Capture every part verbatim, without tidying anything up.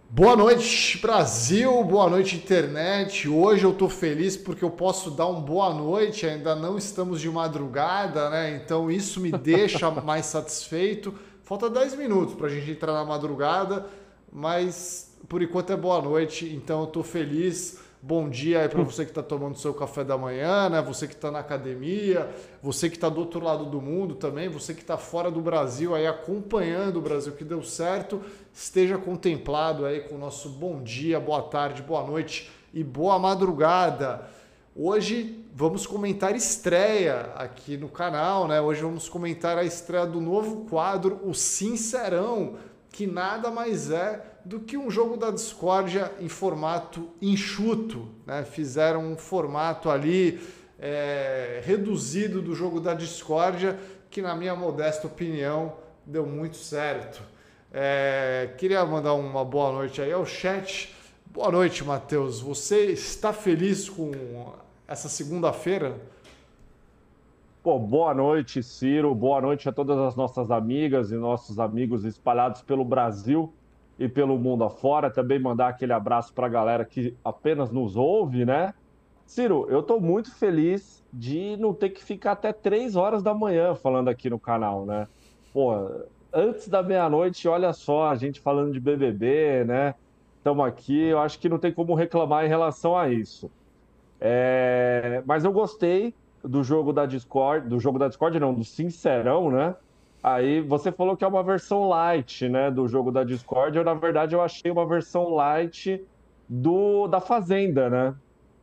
Boa noite, Brasil, boa noite, internet. Hoje eu tô feliz porque eu posso dar um boa noite, ainda não estamos de madrugada, né? Então isso me deixa mais satisfeito. Falta dez minutos pra gente entrar na madrugada, mas por enquanto é boa noite, então eu tô feliz. Bom dia aí para você que está tomando seu café da manhã, né? Você que está na academia, você que está do outro lado do mundo também, você que está fora do Brasil aí acompanhando o Brasil que deu certo, esteja contemplado aí com o nosso bom dia, boa tarde, boa noite e boa madrugada. Hoje vamos comentar estreia aqui no canal, né? Hoje vamos comentar a estreia do novo quadro, o Sincerão, que nada mais é do que um jogo da discórdia em formato enxuto, né? Fizeram um formato ali é, reduzido do jogo da discórdia, que na minha modesta opinião deu muito certo. É, queria mandar uma boa noite aí ao chat. Boa noite, Matheus. Você está feliz com essa segunda-feira? Pô, boa noite, Ciro. Boa noite a todas as nossas amigas e nossos amigos espalhados pelo Brasil e pelo mundo afora. Também mandar aquele abraço para a galera que apenas nos ouve, né? Ciro, eu estou muito feliz de não ter que ficar até três horas da manhã falando aqui no canal, né? Pô, antes da meia-noite, olha só, a gente falando de B B B, né? Estamos aqui, eu acho que não tem como reclamar em relação a isso. É, mas eu gostei do jogo da Discord, do jogo da Discord, não, do Sincerão, né? Aí você falou que é uma versão light, né, do jogo da Discord. Eu, na verdade, eu achei uma versão light do da Fazenda, né?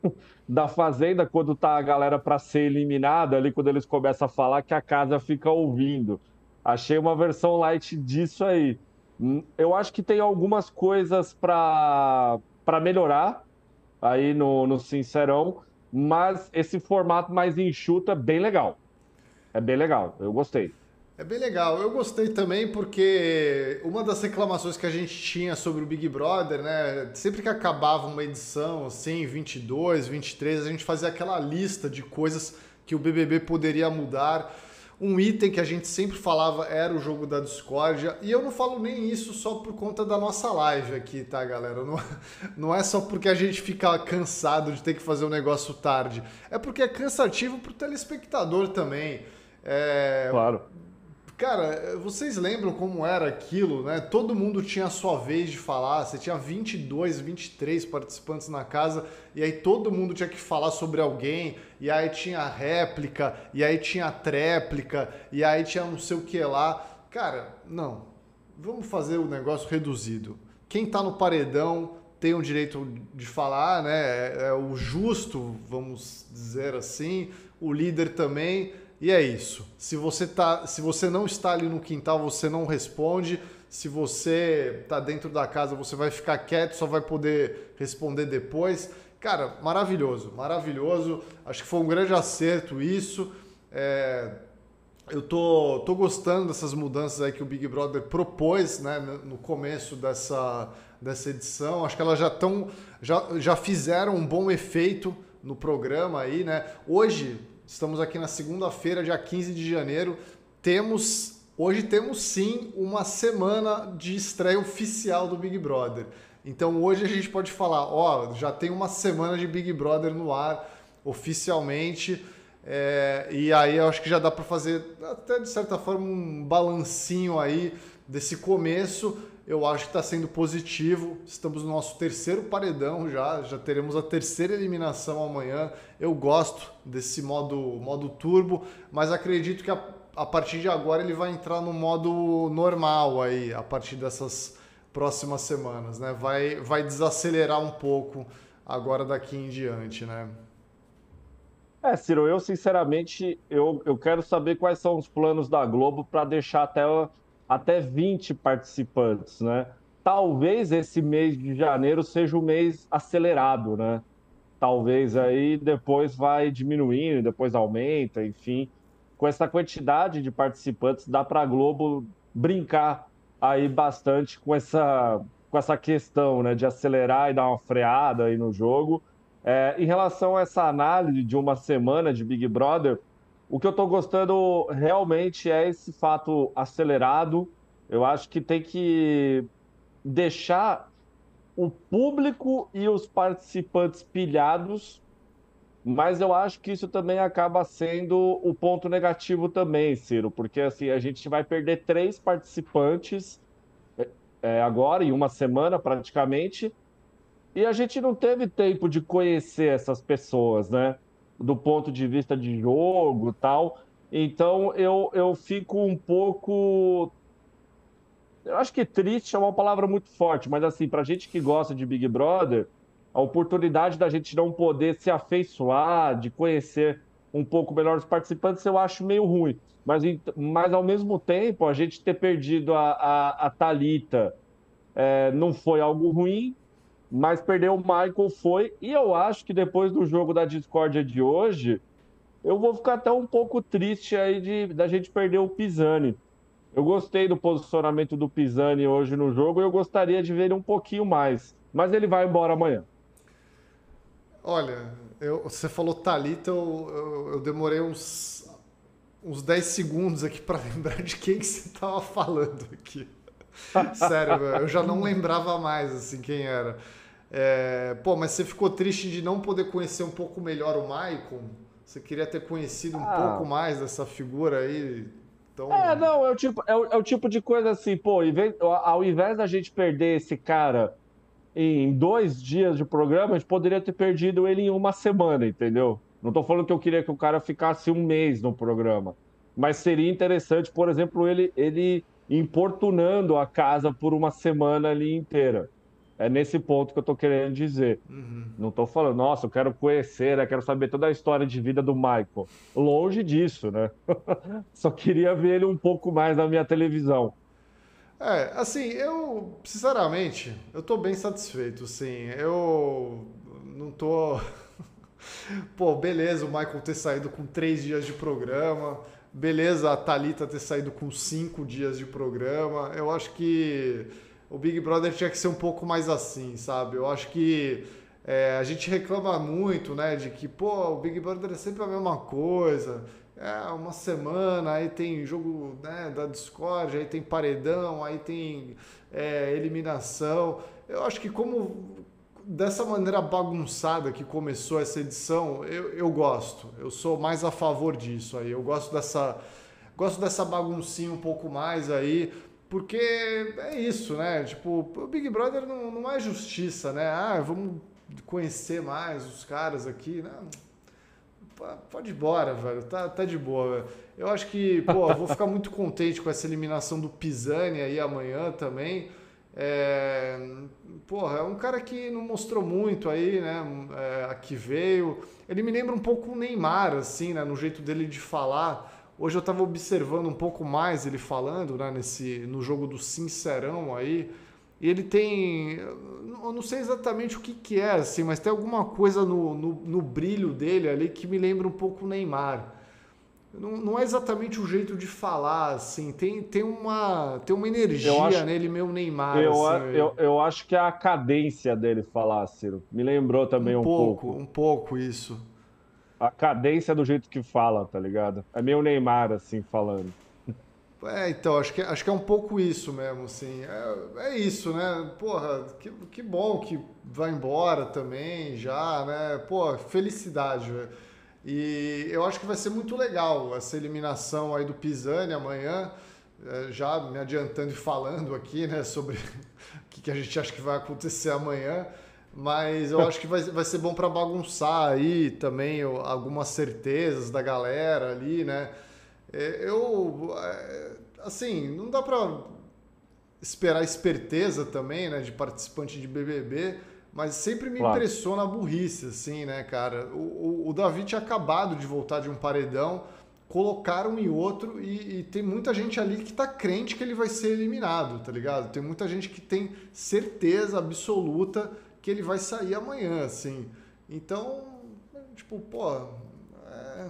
Da Fazenda, quando tá a galera para ser eliminada, ali quando eles começam a falar que a casa fica ouvindo. Achei uma versão light disso aí. Hum, Eu acho que tem algumas coisas para para melhorar aí no, no Sincerão, mas esse formato mais enxuto é bem legal. É bem legal, eu gostei. É bem legal. Eu gostei também porque uma das reclamações que a gente tinha sobre o Big Brother, né? Sempre que acabava uma edição, assim, vinte e dois, vinte e três, a gente fazia aquela lista de coisas que o B B B poderia mudar. Um item que a gente sempre falava era o jogo da discórdia. E eu não falo nem isso só por conta da nossa live aqui, tá, galera? Não, não é só porque a gente fica cansado de ter que fazer o um negócio tarde. É porque é cansativo pro telespectador também. É, Claro. Cara, vocês lembram como era aquilo, né? Todo mundo tinha a sua vez de falar, você tinha vinte e dois, vinte e três participantes na casa, e aí todo mundo tinha que falar sobre alguém, e aí tinha a réplica, e aí tinha a tréplica, e aí tinha não sei o que lá. Cara, não. Vamos fazer o negócio reduzido. Quem tá no paredão tem o direito de falar, né? É, é o justo, vamos dizer assim, o líder também. E é isso. Se você, tá, se você não está ali no quintal, você não responde. Se você está dentro da casa, você vai ficar quieto, só vai poder responder depois. Cara, maravilhoso, maravilhoso. Acho que foi um grande acerto isso. É, eu tô, tô gostando dessas mudanças aí que o Big Brother propôs, né, no começo dessa, dessa edição. Acho que elas já estão, já, já fizeram um bom efeito no programa aí, né? Hoje, estamos aqui na segunda-feira, dia quinze de janeiro. Temos, hoje temos sim uma semana de estreia oficial do Big Brother. Então hoje a gente pode falar, ó, já tem uma semana de Big Brother no ar oficialmente. É, e aí eu acho que já dá para fazer até de certa forma um balancinho aí desse começo. Eu acho que está sendo positivo. Estamos no nosso terceiro paredão já, já teremos a terceira eliminação amanhã. Eu gosto desse modo, modo turbo, mas acredito que a, a partir de agora ele vai entrar no modo normal aí, a partir dessas próximas semanas, né? Vai, vai desacelerar um pouco agora daqui em diante, né? É, Ciro, eu sinceramente, eu, eu quero saber quais são os planos da Globo para deixar até, até vinte participantes, né? Talvez esse mês de janeiro seja o mês acelerado, né? Talvez aí depois vai diminuindo, depois aumenta, enfim. Com essa quantidade de participantes, dá para a Globo brincar aí bastante com essa, com essa questão, né, de acelerar e dar uma freada aí no jogo. É, em relação a essa análise de uma semana de Big Brother, o que eu estou gostando realmente é esse fato acelerado. Eu acho que tem que deixar. o público e os participantes pilhados, mas eu acho que isso também acaba sendo o ponto negativo também, Ciro, porque assim, a gente vai perder três participantes é, agora, em uma semana praticamente, e a gente não teve tempo de conhecer essas pessoas, né? Do ponto de vista de jogo e tal. Então eu, eu fico um pouco. Eu acho que triste é uma palavra muito forte, mas assim, para gente que gosta de Big Brother, a oportunidade da gente não poder se afeiçoar, de conhecer um pouco melhor os participantes, eu acho meio ruim. Mas, mas ao mesmo tempo, a gente ter perdido a, a, a Thalita é, não foi algo ruim, mas perder o Michael foi. E eu acho que depois do jogo da discórdia de hoje, eu vou ficar até um pouco triste aí de da gente perder o Pisani. Eu gostei do posicionamento do Pisani hoje no jogo e eu gostaria de ver ele um pouquinho mais. Mas ele vai embora amanhã. Olha, eu, você falou Thalita, eu, eu, eu demorei uns, uns dez segundos aqui para lembrar de quem que você estava falando aqui. Sério, eu já não lembrava mais assim quem era. É, pô, mas você ficou triste de não poder conhecer um pouco melhor o Maicon? Você queria ter conhecido um pouco Ah, mais dessa figura aí? é, Então, não, é o tipo, é o, é o tipo de coisa assim, pô, em vez- ao invés da gente perder esse cara em dois dias de programa, a gente poderia ter perdido ele em uma semana, entendeu? Não estou falando que eu queria que o cara ficasse um mês no programa, mas seria interessante, por exemplo, ele, ele importunando a casa por uma semana ali inteira. É nesse ponto que eu estou querendo dizer. Não estou falando, nossa, eu quero conhecer, né? Quero saber toda a história de vida do Michael. Longe disso, né? Só queria ver ele um pouco mais na minha televisão. é, assim, eu, sinceramente, eu tô bem satisfeito, assim. Eu não tô. Pô, beleza o Michael ter saído com três dias de programa. Beleza a Thalita ter saído com cinco dias de programa. Eu acho que o Big Brother tinha que ser um pouco mais assim, sabe? Eu acho que é, a gente reclama muito, né, de que, pô, o Big Brother é sempre a mesma coisa. É, uma semana, aí tem jogo, né, da Discord, aí tem paredão, aí tem é, eliminação. Eu acho que como dessa maneira bagunçada que começou essa edição, eu, eu gosto. Eu sou mais a favor disso aí. Eu gosto dessa, gosto dessa baguncinha um pouco mais aí, porque é isso, né? Tipo, o Big Brother não, não é justiça, né? Ah, vamos conhecer mais os caras aqui, né? Pode ir embora, velho. Tá, tá de boa, velho. Eu acho que, pô, eu vou ficar muito contente com essa eliminação do Pisani aí amanhã também. É, porra, é um cara que não mostrou muito aí, né? É, aqui veio. Ele me lembra um pouco o Neymar, assim, né? No jeito dele de falar. Hoje eu tava observando um pouco mais ele falando, né? Nesse, no jogo do Sincerão aí. E ele tem. Eu não sei exatamente o que, que é, assim, mas tem alguma coisa no, no, no brilho dele ali que me lembra um pouco o Neymar. Não, não é exatamente o jeito de falar, assim, tem, tem, uma, tem uma Eu energia acho, nele meio Neymar, Eu, assim, eu, eu acho que é a cadência dele falar, Ciro. Me lembrou um também um pouco, pouco. um pouco isso. A cadência do jeito que fala, tá ligado? É meio Neymar, assim, falando. É, então, acho que, acho que é um pouco isso mesmo, assim. É, é isso, né? Porra, que, que bom que vai embora também, já, né? Pô, felicidade, velho. E eu acho que vai ser muito legal essa eliminação aí do Pisani amanhã. É, já me adiantando e falando aqui, né, sobre o que, que a gente acha que vai acontecer amanhã. Mas eu acho que vai, vai ser bom para bagunçar aí também algumas certezas da galera ali, né? É, eu, é, assim, não dá pra esperar esperteza também, né, de participante de B B B, mas sempre me Claro. impressiona a burrice, assim, né, cara? O, o, o Davi tinha acabado de voltar de um paredão, colocaram em outro e, e tem muita gente ali que tá crente que ele vai ser eliminado, tá ligado? Tem muita gente que tem certeza absoluta que ele vai sair amanhã, assim. Então, tipo, pô, é,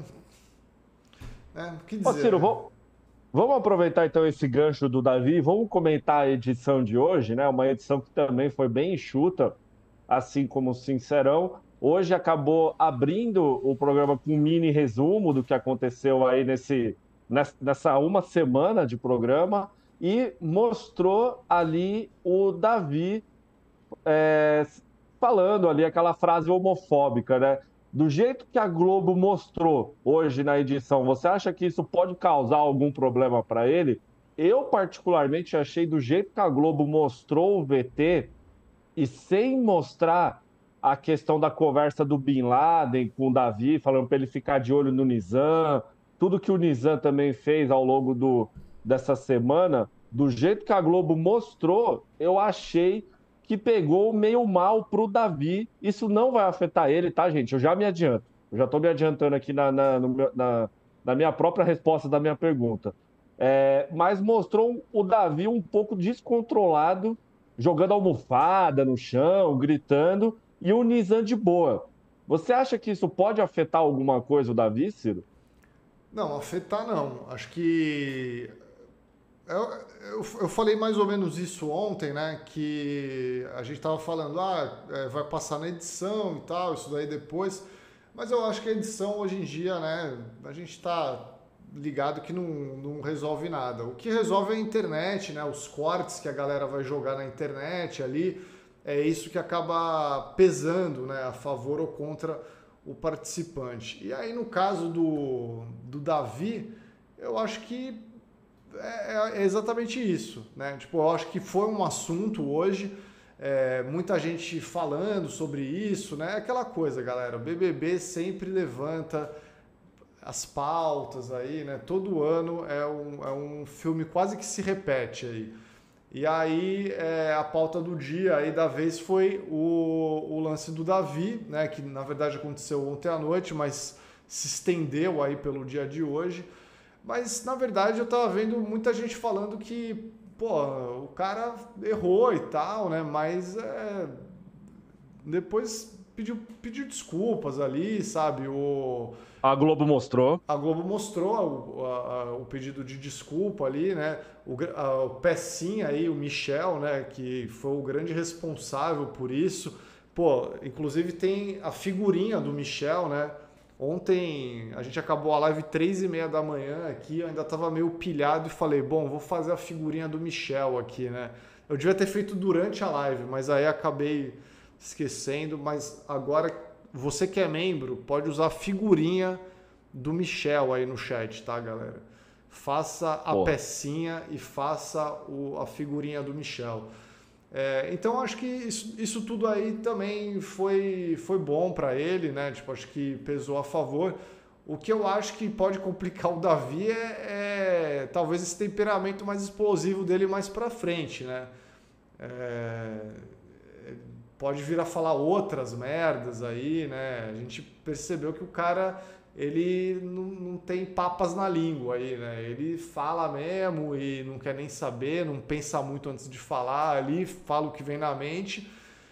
é, o que Ô, dizer, Ciro, né? vamos, vamos aproveitar então esse gancho do Davi. Vamos comentar a edição de hoje, né? Uma edição que também foi bem enxuta, assim como o Sincerão. Hoje acabou abrindo o programa com um mini resumo do que aconteceu aí nesse, nessa nessa uma semana de programa e mostrou ali o Davi é, falando ali aquela frase homofóbica, né? Do jeito que a Globo mostrou hoje na edição, você acha que isso pode causar algum problema para ele? Eu, particularmente, achei do jeito que a Globo mostrou o V T e sem mostrar a questão da conversa do Bin Laden com o Davi, falando para ele ficar de olho no Nizam, tudo que o Nizam também fez ao longo do, dessa semana, do jeito que a Globo mostrou, eu achei que pegou meio mal para o Davi. Isso não vai afetar ele, tá, gente? Eu já me adianto. Eu já estou me adiantando aqui na, na, no meu- na, na minha própria resposta da minha pergunta. É, mas mostrou o Davi um pouco descontrolado, jogando almofada no chão, gritando, e o Nizam de boa. Você acha que isso pode afetar alguma coisa o Davi, Ciro? Não, afetar não. Acho que Eu, eu, eu falei mais ou menos isso ontem, né? Que a gente tava falando, ah, é, vai passar na edição e tal, isso daí depois. Mas eu acho que a edição hoje em dia, né? A gente tá ligado que não, não resolve nada. O que resolve é a internet, né? Os cortes que a galera vai jogar na internet ali, é isso que acaba pesando, né? A favor ou contra o participante. E aí, no caso do, do Davi, eu acho que é, é exatamente isso, né? Tipo, eu acho que foi um assunto hoje, é, muita gente falando sobre isso, né? Aquela coisa, galera, o B B B sempre levanta as pautas aí, né? Todo ano é um, é um filme quase que se repete aí. E aí é, a pauta do dia aí da vez foi o, o lance do Davi, né? Que na verdade aconteceu ontem à noite, mas se estendeu aí pelo dia de hoje. Mas, na verdade, eu tava vendo muita gente falando que, pô, o cara errou e tal, né? Mas é, depois pediu, pediu desculpas ali, sabe? O, A Globo mostrou. a Globo mostrou o, a- o pedido de desculpa ali, né? O, gra- a- o Pecinha aí, o Michel, né? Que foi o grande responsável por isso. Pô, inclusive tem a figurinha do Michel, né? Ontem a gente acabou a live três e meia da manhã aqui, eu ainda tava meio pilhado e falei, bom, vou fazer a figurinha do Michel aqui, né? Eu devia ter feito durante a live, mas aí acabei esquecendo, mas agora você que é membro pode usar a figurinha do Michel aí no chat, tá, galera? Faça a Pô, pecinha e faça o, a figurinha do Michel. É, então acho que isso, isso tudo aí também foi, foi bom para ele, né? Tipo, acho que pesou a favor. O que eu acho que pode complicar o Davi é, é talvez esse temperamento mais explosivo dele mais para frente, né? É, pode vir a falar outras merdas aí, né? A gente percebeu que o cara ele não, não tem papas na língua aí, né? Ele fala mesmo e não quer nem saber, não pensa muito antes de falar ali, fala o que vem na mente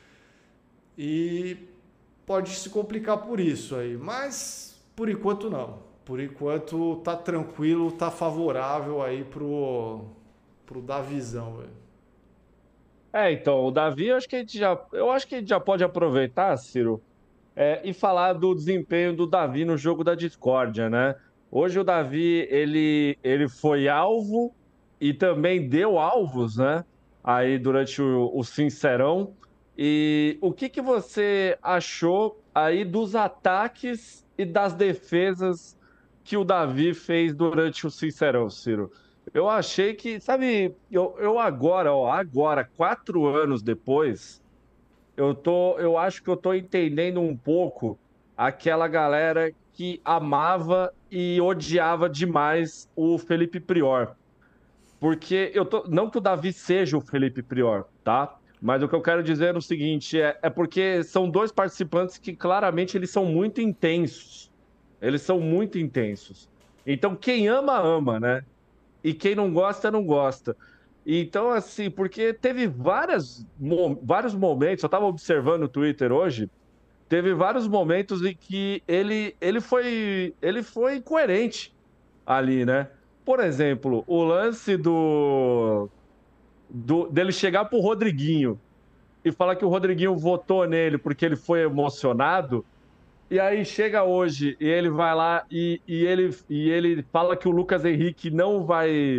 e pode se complicar por isso aí, mas por enquanto não. Por enquanto tá tranquilo, tá favorável aí pro, pro Davizão, velho. é, então, o Davi, eu acho que a gente já, eu acho que a gente já pode aproveitar, Ciro, é, e falar do desempenho do Davi no jogo da discórdia, né? Hoje o Davi, ele, ele foi alvo e também deu alvos, né? Aí durante o, o Sincerão. E o que que você achou aí dos ataques e das defesas que o Davi fez durante o Sincerão, Ciro? Eu achei que, sabe, eu, eu agora, ó, agora, quatro anos depois, eu tô, eu acho que eu tô entendendo um pouco aquela galera que amava e odiava demais o Felipe Prior. Porque eu tô, não que o Davi seja o Felipe Prior, tá? Mas o que eu quero dizer é o seguinte, é, é porque são dois participantes que claramente eles são muito intensos. Eles são muito intensos. Então, quem ama, ama, né? E quem não gosta, não gosta. Então, assim, porque teve várias, mo- vários momentos, eu estava observando o Twitter hoje, teve vários momentos em que ele, ele foi, ele foi incoerente ali, né? Por exemplo, o lance do, do dele chegar pro Rodriguinho e falar que o Rodriguinho votou nele porque ele foi emocionado, e aí chega hoje e ele vai lá e, e, ele, e ele fala que o Lucas Henrique não vai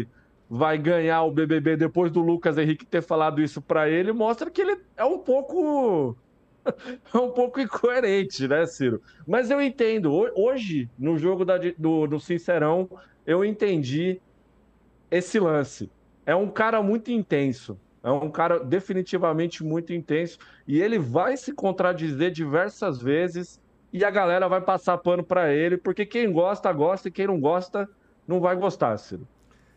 vai ganhar o B B B depois do Lucas Henrique ter falado isso para ele, mostra que ele é um pouco é um pouco incoerente, né, Ciro? Mas eu entendo. Hoje, no jogo da, do, do Sincerão, eu entendi esse lance. É um cara muito intenso. É um cara definitivamente muito intenso. E ele vai se contradizer diversas vezes e a galera vai passar pano para ele, porque quem gosta, gosta e quem não gosta, não vai gostar, Ciro.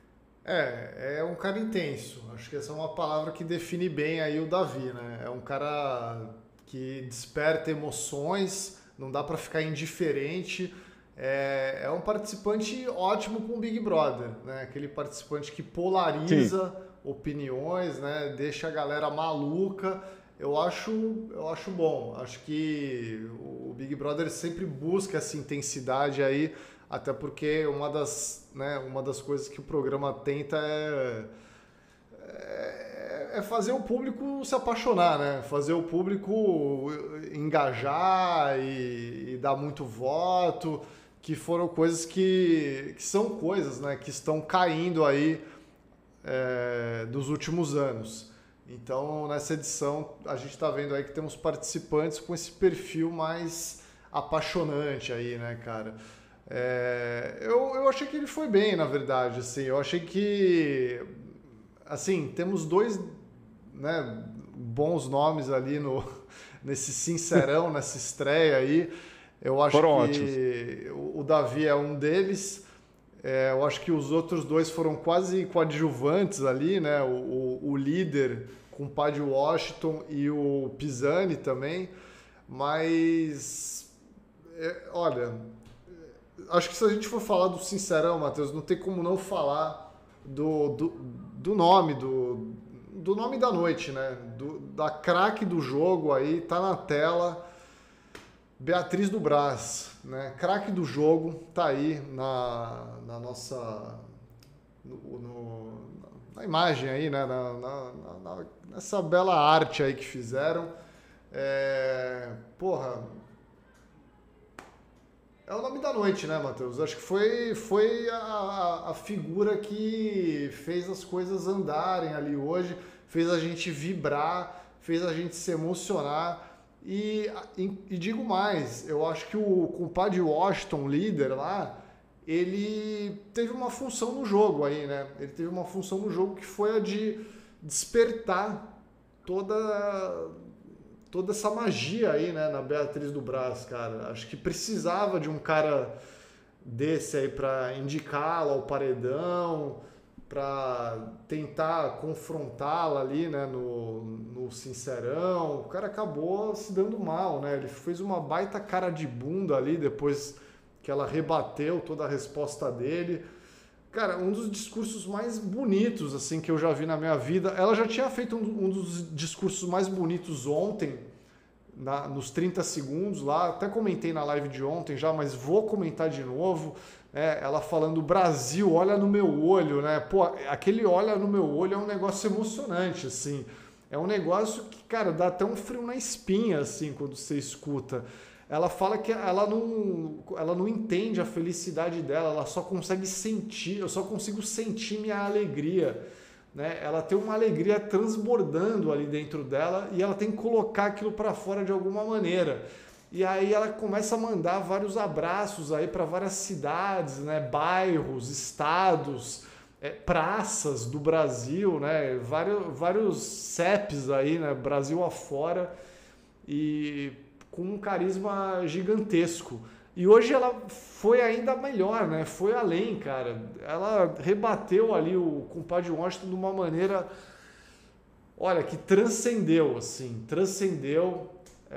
É, é um cara intenso. Acho que essa é uma palavra que define bem aí o Davi, né? É um cara que desperta emoções, não dá pra ficar indiferente. É, é um participante ótimo com o Big Brother, né? Aquele participante que Sim. polariza opiniões, né? Deixa a galera maluca. Eu acho, eu acho bom. Acho que o Big Brother sempre busca essa intensidade aí, até porque uma das, né, uma das coisas que o programa tenta é, é, é fazer o público se apaixonar, né? Fazer o público engajar e, e dar muito voto, que foram coisas que, que são coisas, né, que estão caindo aí é, dos últimos anos. Então, nessa edição, a gente está vendo aí que temos participantes com esse perfil mais apaixonante aí, né, cara? É, eu, eu achei que ele foi bem, na verdade, assim. Eu achei que, assim, temos dois, né, bons nomes ali no, nesse Sincerão, nessa estreia aí. Eu acho Foram ótimos. que o, o Davi é um deles. É, eu acho que os outros dois foram quase coadjuvantes ali, né? O, o, o líder com o Padre Washington e o Pisani também. Mas, é, olha, acho que se a gente for falar do Sincerão, Matheus, não tem como não falar do, do, do nome, do, do nome da noite, né? Do, da craque do jogo aí, tá na tela. Beatriz do Brás, né? Craque do jogo, tá aí na, na nossa. No, no, na imagem aí, né? Na, na, na, nessa bela arte aí que fizeram. É, porra. É o nome da noite, né, Matheus? Acho que foi, foi a, a figura que fez as coisas andarem ali hoje, fez a gente vibrar, fez a gente se emocionar. E, e, e digo mais, eu acho que o compadre Washington, líder lá, ele teve uma função no jogo aí, né? Ele teve uma função no jogo que foi a de despertar toda toda essa magia aí, né, na Beatriz do Brás, cara. Acho que precisava de um cara desse aí para indicá-la ao paredão, para tentar confrontá-la ali, né, no, no Sincerão. O cara acabou se dando mal, né? Ele fez uma baita cara de bunda ali depois que ela rebateu toda a resposta dele. Cara, um dos discursos mais bonitos assim que eu já vi na minha vida. Ela já tinha feito um, um dos discursos mais bonitos ontem, na, nos trinta segundos lá. Até comentei na live de ontem já, mas vou comentar de novo. É, ela falando: Brasil, olha no meu olho, né? Pô, aquele olha no meu olho é um negócio emocionante, assim. É um negócio que, cara, dá até um frio na espinha, assim, quando você escuta. Ela fala que ela não, ela não entende a felicidade dela, ela só consegue sentir, eu só consigo sentir minha alegria, né? Ela tem uma alegria transbordando ali dentro dela e ela tem que colocar aquilo para fora de alguma maneira. E aí ela começa a mandar vários abraços aí para várias cidades, né? Bairros, estados, é, praças do Brasil, né? Vários, vários C E Ps aí, né? Brasil afora. E com um carisma gigantesco. E hoje ela foi ainda melhor, né? Foi além, cara. Ela rebateu ali o compadre Washington de uma maneira, olha, que transcendeu, assim, transcendeu.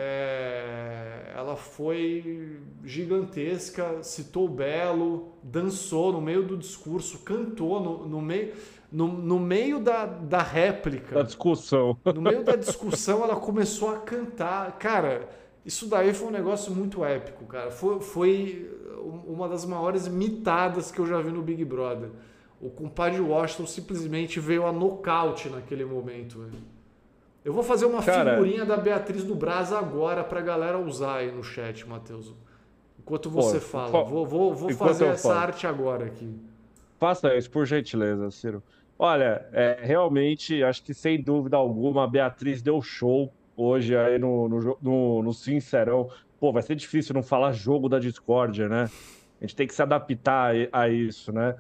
É... Ela foi gigantesca, citou o Belo, dançou no meio do discurso, cantou no, no meio, no, no meio da, da Da réplica. discussão. No meio da discussão, ela começou a cantar. Cara, isso daí foi um negócio muito épico, cara. Foi, foi uma das maiores mitadas que eu já vi no Big Brother. O compadre Washington simplesmente veio a nocaute naquele momento. Velho. Eu vou fazer uma Cara, figurinha da Beatriz do Brás agora pra galera usar aí no chat, Matheus. Enquanto você pô, fala. fa- Vou, vou, vou enquanto fazer eu essa falo. arte agora aqui. Faça isso, por gentileza, Ciro. Olha, é, realmente, acho que sem dúvida alguma, a Beatriz deu show hoje aí no, no, jo- no, no Sincerão. Pô, vai ser difícil não falar jogo da discórdia, né? A gente tem que se adaptar a a isso, né?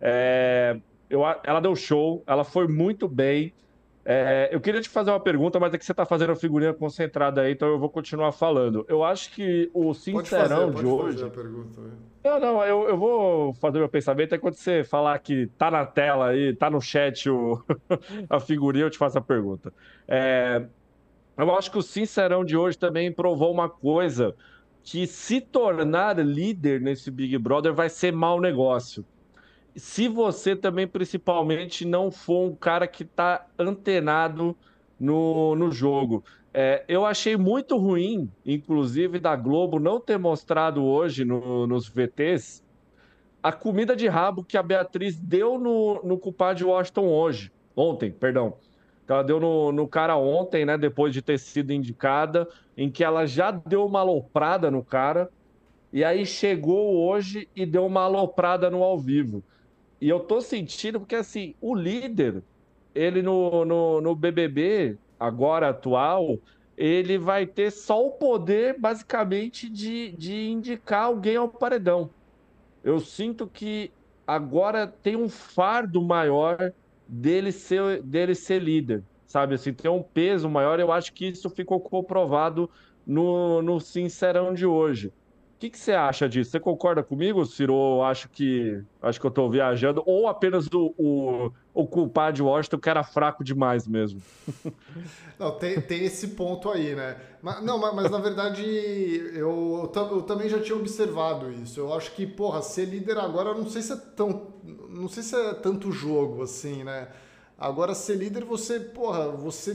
É, eu, a- ela deu show, ela foi muito bem. É, eu queria te fazer uma pergunta, mas é que você está fazendo a figurinha concentrada aí, então eu vou continuar falando. Eu acho que o Pode fazer, Sincerão de pode fazer a hoje. pergunta. Né? Não, não, eu, eu vou fazer meu pensamento. É quando você falar que tá na tela aí, tá no chat o, a figurinha, eu te faço a pergunta. É, eu acho que o Sincerão de hoje também provou uma coisa: que se tornar líder nesse Big Brother vai ser mau negócio. Se você também, principalmente, não for um cara que está antenado no, no jogo. É, eu achei muito ruim, inclusive, da Globo não ter mostrado hoje no- nos V Ts a comida de rabo que a Beatriz deu no, no culpado de Washington hoje. Ontem, perdão. Que ela deu no, no cara ontem, né? Depois de ter sido indicada, em que ela já deu uma aloprada no cara, e aí chegou hoje e deu uma aloprada no ao vivo. E eu tô sentindo, porque assim, o líder, ele no, no, no B B B, agora atual, ele vai ter só o poder, basicamente, de, de indicar alguém ao paredão. Eu sinto que agora tem um fardo maior dele ser, dele ser líder, sabe? Assim, tem um peso maior. Eu acho que isso ficou comprovado no, no Sincerão de hoje. O que que você acha disso? Você concorda comigo, Ciro? Ou acho que acho que eu estou viajando? Ou apenas o, o, o culpado de Washington que era fraco demais mesmo? Não, tem, tem esse ponto aí, né? Mas, não, mas, mas na verdade eu, eu, tam- eu também já tinha observado isso. Eu acho que, porra, ser líder agora, eu não sei se é tão. Não sei se é tanto jogo assim, né? Agora, ser líder, você, porra, você.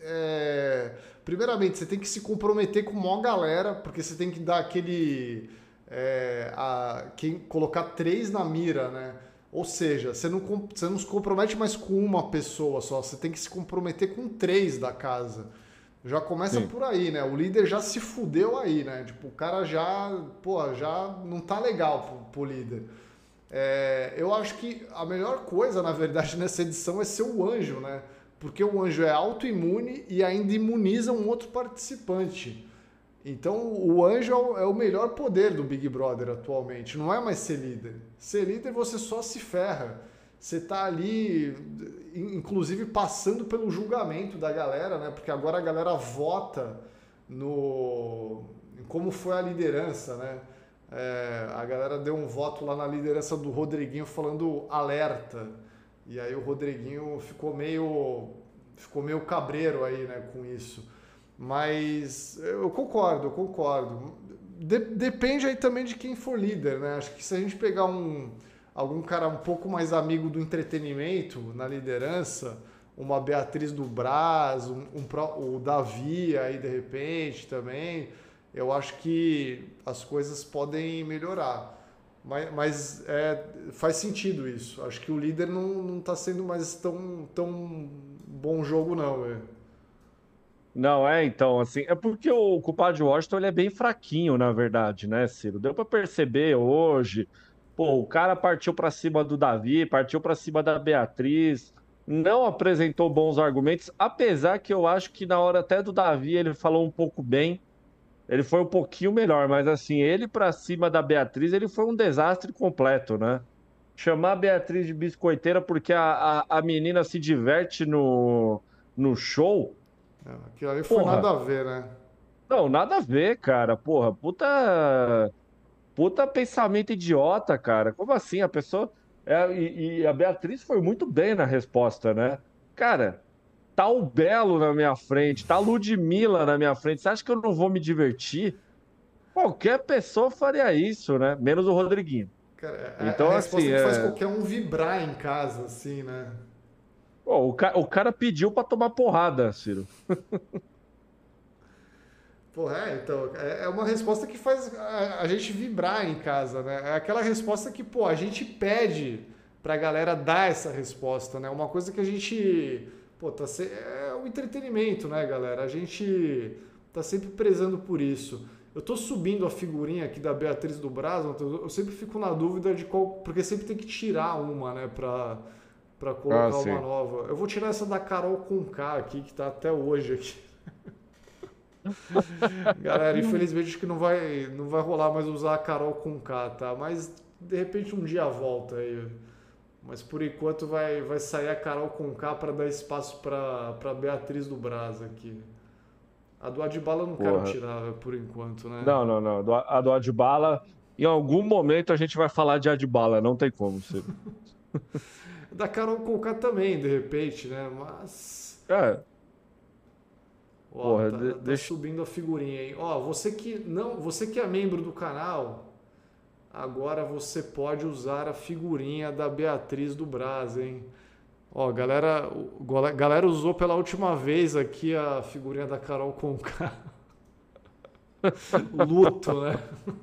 é, Primeiramente, você tem que se comprometer com uma galera, porque você tem que dar aquele. É, a, quem, colocar três na mira, né? Ou seja, você não, com- você não se compromete mais com uma pessoa só, você tem que se comprometer com três da casa. Já começa Sim. por aí, né? O líder já se fudeu aí, né? Tipo, o cara já, pô, já não tá legal pro, pro líder. É, eu acho que a melhor coisa, na verdade, nessa edição é ser o anjo, né? Porque o anjo é autoimune e ainda imuniza um outro participante. Então o anjo é o, é o melhor poder do Big Brother atualmente. Não é mais ser líder. Ser líder você só se ferra. Você tá ali, inclusive passando pelo julgamento da galera, né? Porque agora a galera vota no em como foi a liderança, né? É, a galera deu um voto lá na liderança do Rodriguinho falando alerta. E aí o Rodriguinho ficou meio ficou meio cabreiro aí, né, com isso. Mas eu concordo, eu concordo. De- depende aí também de quem for líder, né? Acho que se a gente pegar um algum cara um pouco mais amigo do entretenimento na liderança, uma Beatriz do Brás, um, um pró- o Davi aí de repente também, eu acho que as coisas podem melhorar. Mas, mas é, faz sentido isso. Acho que o líder não, não tá sendo mais tão, tão bom jogo, não, velho. Não, é, então, assim, é porque o culpado de Washington ele é bem fraquinho, na verdade, né, Ciro? Deu pra perceber hoje. Pô, o cara partiu pra cima do Davi, partiu pra cima da Beatriz, não apresentou bons argumentos, apesar que eu acho que na hora até do Davi ele falou um pouco bem, ele foi um pouquinho melhor, mas assim, ele pra cima da Beatriz, ele foi um desastre completo, né? Chamar a Beatriz de biscoiteira porque a, a, a menina se diverte no, no show. É, aquilo ali foi nada Porra, a ver, né? não, nada a ver, cara. Porra, puta, puta pensamento idiota, cara. Como assim? A pessoa. é, e, e a Beatriz foi muito bem na resposta, né? Cara, tá o Belo na minha frente, tá a Ludmilla na minha frente. Você acha que eu não vou me divertir? Qualquer pessoa faria isso, né? Menos o Rodriguinho. Cara, a, a Então, assim, resposta que faz é. qualquer um vibrar em casa, assim, né? Pô, o, ca... o cara pediu pra tomar porrada, Ciro. Pô, é, então, é é uma resposta que faz a, a gente vibrar em casa, né? É aquela resposta que, pô, a gente pede pra galera dar essa resposta, né? Uma coisa que a gente, pô, tá se... é o entretenimento, né, galera? A gente tá sempre prezando por isso. Eu tô subindo a figurinha aqui da Beatriz do Brás, então eu sempre fico na dúvida de qual, porque sempre tem que tirar uma, né, pra, para Ah, colocar uma sim. nova. Eu vou tirar essa da Carol Conká aqui, que tá até hoje aqui. Galera, infelizmente acho que não vai, não vai rolar mais usar a Carol Conká, tá? Mas de repente um dia volta aí. Mas por enquanto vai, vai sair a Carol Conká para dar espaço para para Beatriz do Braz aqui. A do Adbala eu não quero Porra. tirar por enquanto, né? Não, não, não. Do- A do Adbala, em algum momento a gente vai falar de Adbala, não tem como, Ciro. Da Carol Conká também, de repente, né? Mas. É, Ó, porra, tá, de- tá deixa. subindo a figurinha aí. Ó, você que não, você que é membro do canal, agora você pode usar a figurinha da Beatriz do Braz, hein? Ó, galera, o- gole- galera usou pela última vez aqui a figurinha da Carol Conká. Luto, né?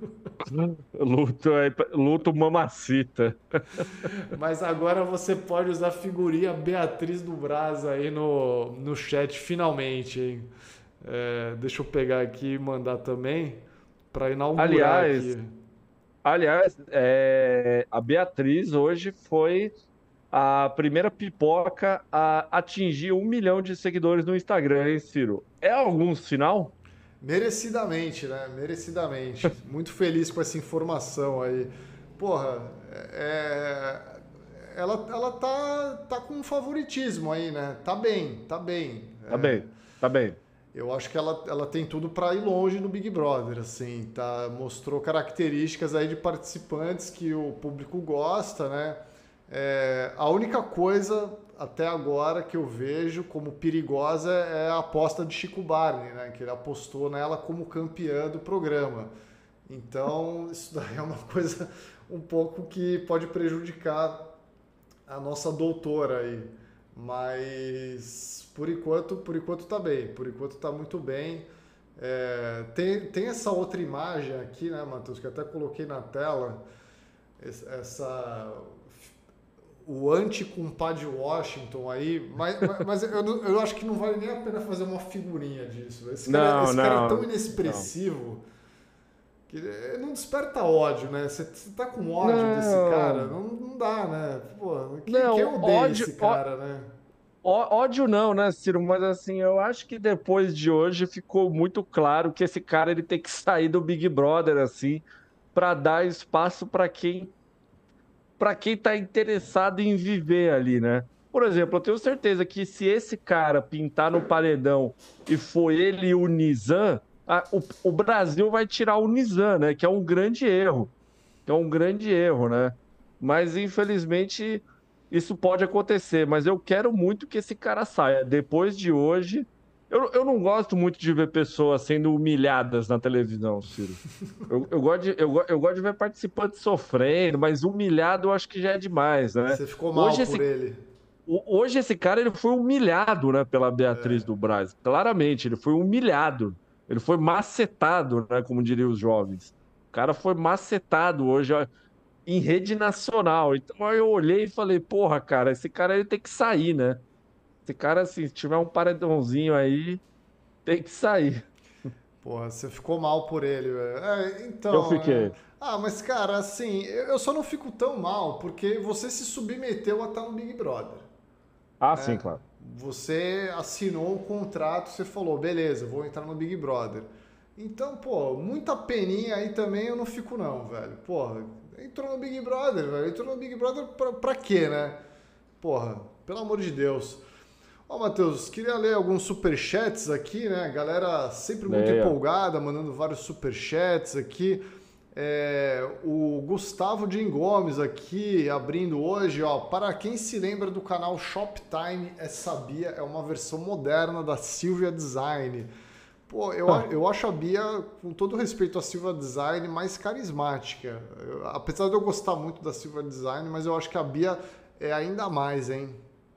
Luto, é- luto mamacita. Mas agora você pode usar a figurinha Beatriz do Braz aí no, no chat, finalmente, hein? É, deixa eu pegar aqui e mandar também para inaugurar Aliás, aqui. aliás, é, a Beatriz hoje foi a primeira pipoca a atingir um milhão de seguidores no Instagram, hein, Ciro? É algum sinal? Merecidamente, né? Merecidamente. Muito feliz com essa informação aí. Porra, é, ela, ela tá, tá com um favoritismo aí, né? Tá bem, tá bem. Tá É, bem, tá bem. eu acho que ela, ela tem tudo para ir longe no Big Brother, assim, tá? Mostrou características aí de participantes que o público gosta, né? É, a única coisa até agora que eu vejo como perigosa é a aposta de Chico Barney, né? Que ele apostou nela como campeã do programa. Então, isso daí é uma coisa um pouco que pode prejudicar a nossa doutora aí. Mas por enquanto, por enquanto tá bem, por enquanto tá muito bem. É, tem, tem essa outra imagem aqui, né, Matheus, que eu até coloquei na tela, essa o anti-compadre Washington aí, mas, mas eu, não- eu acho que não vale nem a pena fazer uma figurinha disso. Esse cara, Não, esse cara é tão não, não. inexpressivo que não desperta ódio, né? Você você tá com ódio desse cara, Não, não, não dá, né? Pô, quem, quem não, odeia ódio, esse ó- cara, né? ó- ódio não, né, Ciro? Mas assim, eu acho que depois de hoje ficou muito claro que esse cara ele tem que sair do Big Brother, assim, para dar espaço para quem para quem está interessado em viver ali, né? Por exemplo, eu tenho certeza que se esse cara pintar no paredão e for ele e o Nizam, a- o, o Brasil vai tirar o Nizam, né? Que é um grande erro, que é um grande erro, né? Mas infelizmente isso pode acontecer. Mas eu quero muito que esse cara saia. Depois de hoje, eu, eu não gosto muito de ver pessoas sendo humilhadas na televisão, Ciro. Eu, eu gosto de, eu, go- eu gosto de ver participantes sofrendo, mas humilhado eu acho que já é demais, né? Você ficou Hoje mal por esse, ele. o- hoje esse cara ele foi humilhado, né, pela Beatriz É. do Braz. Claramente, ele foi humilhado. Ele foi macetado, né, como diriam os jovens. O cara foi macetado hoje, ó, em rede nacional. Então aí eu olhei e falei, porra, cara, esse cara ele tem que sair, né? Esse cara, assim, se tiver um paredãozinho aí, tem que sair. Porra, você ficou mal por ele, velho. É, Eu então, é... fiquei. Ah, mas cara, assim, eu eu só não fico tão mal porque você se submeteu a estar no Big Brother, Ah, sim, né? claro. Você assinou um contrato, você falou, beleza, vou entrar no Big Brother. Então, pô, muita peninha aí também eu não fico não, velho. Porra, entrou no Big Brother, velho. Entrou no Big Brother pra, pra quê, né? Porra, pelo amor de Deus. Ó, Matheus, queria ler alguns superchats aqui, né? Galera sempre muito Leia. empolgada, mandando vários superchats aqui. É, o Gustavo Jim Gomes aqui, abrindo hoje, ó. Para quem se lembra do canal Shoptime, essa Bia é uma versão moderna da Silvia Design. Pô, eu, a- eu acho a Bia, com todo respeito à Silvia Design, mais carismática. Eu- apesar de eu gostar muito da Silvia Design, mas eu acho que a Bia é ainda mais, hein?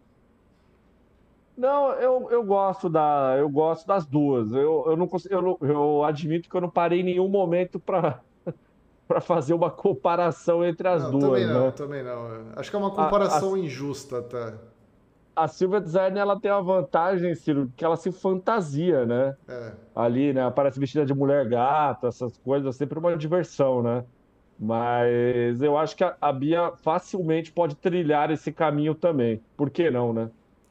Não, eu, eu gosto da, eu gosto das duas. Eu, eu não consigo, eu, não- eu admito que eu não parei em nenhum momento para para fazer uma comparação entre as Não, também duas, não, né? também não. Acho que é uma A, a, comparação injusta até. a Silvia Design ela tem a vantagem, Ciro, que ela se fantasia, É. né? Ali, né? Aparece vestida de mulher gato, essas coisas, é sempre uma diversão, né? Mas eu acho que a, a Bia facilmente pode trilhar esse caminho também. Por que não, né?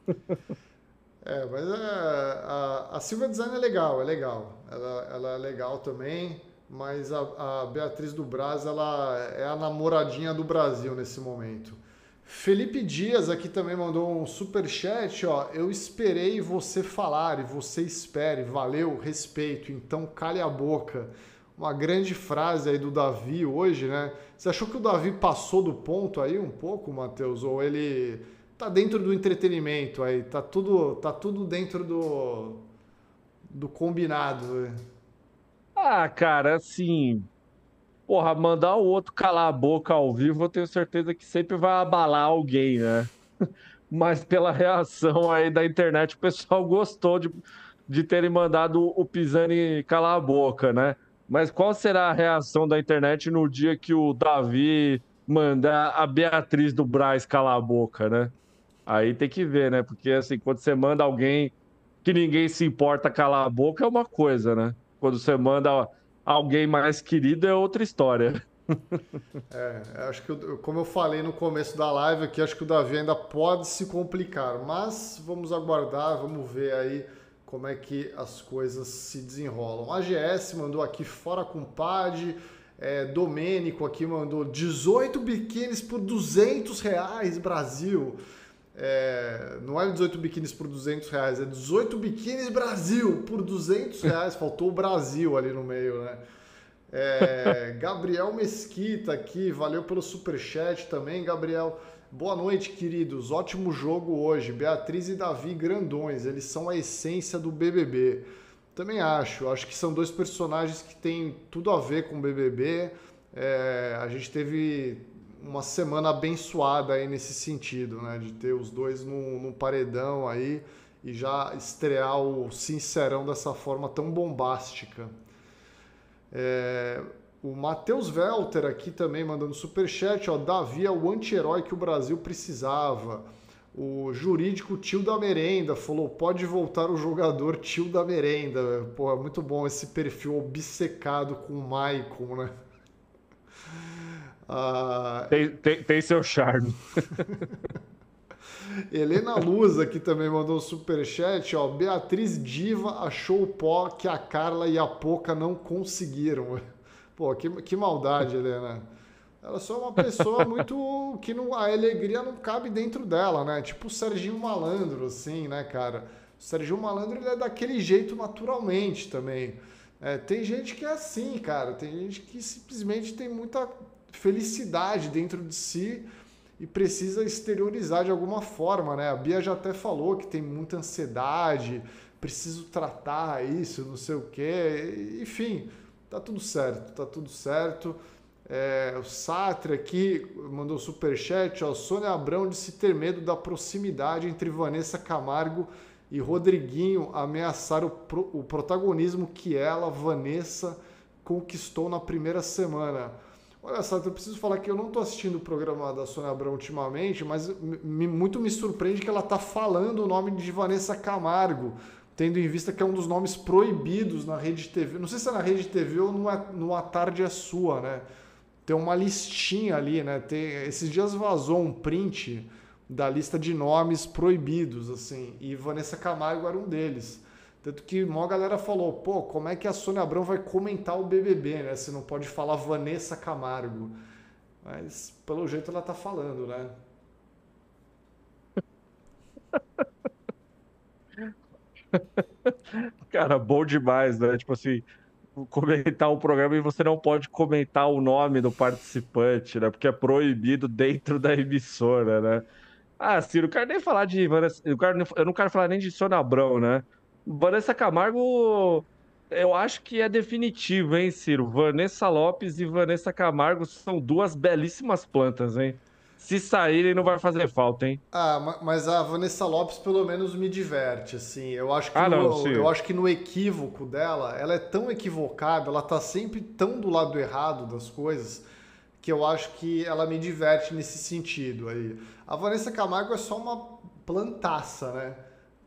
É, mas é, a, a Silvia Design é legal, é legal. Ela, ela é legal também, mas a, a Beatriz do Braz, ela é a namoradinha do Brasil nesse momento. Felipe Dias aqui também mandou um super chat, ó. Eu esperei você falar e você espere. Valeu, respeito. Então cale a boca. Uma grande frase aí do Davi hoje, né? Você achou que o Davi passou do ponto aí um pouco, Matheus? Ou ele tá dentro do entretenimento aí? Tá tudo, tá tudo dentro do, do combinado, né? Ah, cara, assim, porra, mandar o outro calar a boca ao vivo, eu tenho certeza que sempre vai abalar alguém, né? Mas pela reação aí da internet, o pessoal gostou de, de terem mandado o Pisani calar a boca, né? Mas qual será a reação da internet no dia que o Davi mandar a Beatriz do Braz calar a boca, né? Aí tem que ver, né? Porque assim, quando você manda alguém que ninguém se importa calar a boca é uma coisa, né? Quando você manda alguém mais querido é outra história. É, acho que, eu- como eu falei no começo da live aqui, acho que o Davi ainda pode se complicar, mas vamos aguardar, vamos ver aí como é que as coisas se desenrolam. A G S mandou aqui fora compadre, é, Domênico aqui mandou dezoito biquínis por duzentos reais, Brasil. É, não é dezoito biquínis por duzentos reais, é dezoito biquínis Brasil por duzentos reais, faltou o Brasil ali no meio, né? É, Gabriel Mesquita aqui, valeu pelo superchat também, Gabriel. Boa noite, queridos. Ótimo jogo hoje. Beatriz e Davi grandões, eles são a essência do B B B. Também acho. Acho que são dois personagens que têm tudo a ver com o B B B. É, a gente teve uma semana abençoada aí nesse sentido, né? De ter os dois num, num paredão aí e já estrear o Sincerão dessa forma tão bombástica. É, o Matheus Welter aqui também mandando superchat, ó, Davi é o anti-herói que o Brasil precisava. O jurídico tio da merenda falou, pode voltar o jogador tio da merenda. Pô, é muito bom esse perfil obcecado com o Maicon, né? Ah, Tem, tem, tem seu charme. Helena Luz aqui também mandou um superchat, ó, Beatriz Diva achou o pó que a Carla e a Poca não conseguiram. Pô, que, que maldade, Helena. Ela só é uma pessoa muito que não, a alegria não cabe dentro dela, né? Tipo o Serginho Malandro, assim, né, cara? O Serginho Malandro ele é daquele jeito naturalmente também. É, tem gente que é assim, cara. Tem gente que simplesmente tem muita felicidade dentro de si e precisa exteriorizar de alguma forma, né? A Bia já até falou que tem muita ansiedade, preciso tratar isso, não sei o quê. Enfim, tá tudo certo, tá tudo certo. É, o Sartre aqui mandou superchat, ó, Sônia Abrão disse ter medo da proximidade entre Vanessa Camargo e Rodriguinho ameaçar o, pro, o protagonismo que ela, Vanessa, conquistou na primeira semana. Olha, Sartre, eu preciso falar que eu não estou assistindo o programa da Sônia Abrão ultimamente, mas me, muito me surpreende que ela está falando o nome de Vanessa Camargo, tendo em vista que é um dos nomes proibidos na Rede T V. Não sei se é na Rede T V ou no, no A Tarde é Sua, né? Tem uma listinha ali, né? Tem, esses dias vazou um print da lista de nomes proibidos, assim, e Vanessa Camargo era um deles. Tanto que uma galera falou, pô, como é que a Sônia Abrão vai comentar o B B B, né? Se não pode falar Vanessa Camargo. Mas, pelo jeito, ela tá falando, né? Cara, bom demais, né? Tipo assim, comentar o programa e você não pode comentar o nome do participante, né? Porque é proibido dentro da emissora, né? Ah, Ciro, eu quero nem falar de Vanessa, eu, quero, nem- eu não quero falar nem de Sônia Abrão, né? Vanessa Camargo, eu acho que é definitivo, hein, Ciro? Vanessa Lopes e Vanessa Camargo são duas belíssimas plantas, hein? Se saírem, não vai fazer falta, hein? Ah, ma- mas a Vanessa Lopes pelo menos me diverte, assim. Eu acho que Ah, não, no, eu sim. acho que no equívoco dela, ela é tão equivocada, ela tá sempre tão do lado errado das coisas, que eu acho que ela me diverte nesse sentido aí. A Vanessa Camargo é só uma plantaça, né?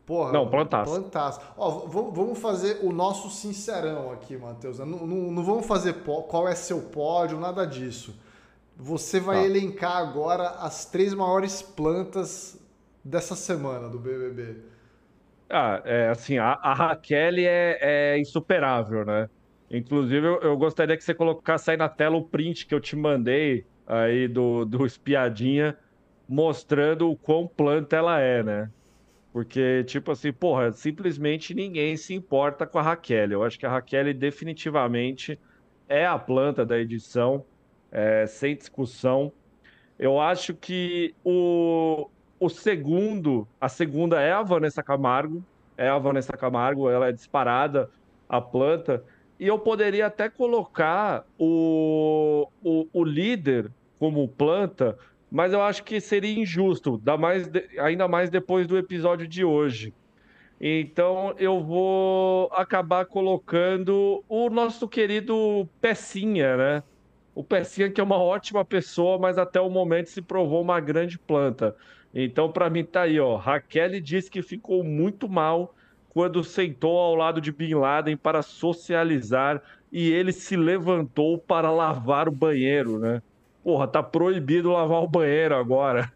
Porra, Não, plantaço. plantaço. Ó, v- vamos fazer o nosso sincerão aqui, Matheus. Não, não, não vamos fazer pó- qual é seu pódio, nada disso. Você vai Tá. elencar agora as três maiores plantas dessa semana do B B B. Ah, é, assim, a, a Raquel é, é insuperável, né? Inclusive, eu, eu gostaria que você colocasse aí na tela o print que eu te mandei aí do, do espiadinha, mostrando o quão planta ela é, né? Porque, tipo assim, porra, simplesmente ninguém se importa com a Raquel. Eu acho que a Raquel definitivamente é a planta da edição, é, sem discussão. Eu acho que o, o segundo, a segunda é a Vanessa Camargo, é a Vanessa Camargo, ela é disparada, a planta, e eu poderia até colocar o, o, o líder como planta, mas eu acho que seria injusto, dá mais de- ainda mais depois do episódio de hoje. Então eu vou acabar colocando o nosso querido Pecinha, né? O Pecinha que é uma ótima pessoa, mas até o momento se provou uma grande planta. Então, para mim, tá aí, ó. Raquel disse que ficou muito mal quando sentou ao lado de Bin Laden para socializar e ele se levantou para lavar o banheiro, né? Porra, tá proibido lavar o banheiro agora.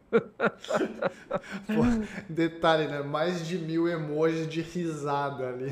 Pô, detalhe, né? Mais de mil emojis de risada ali.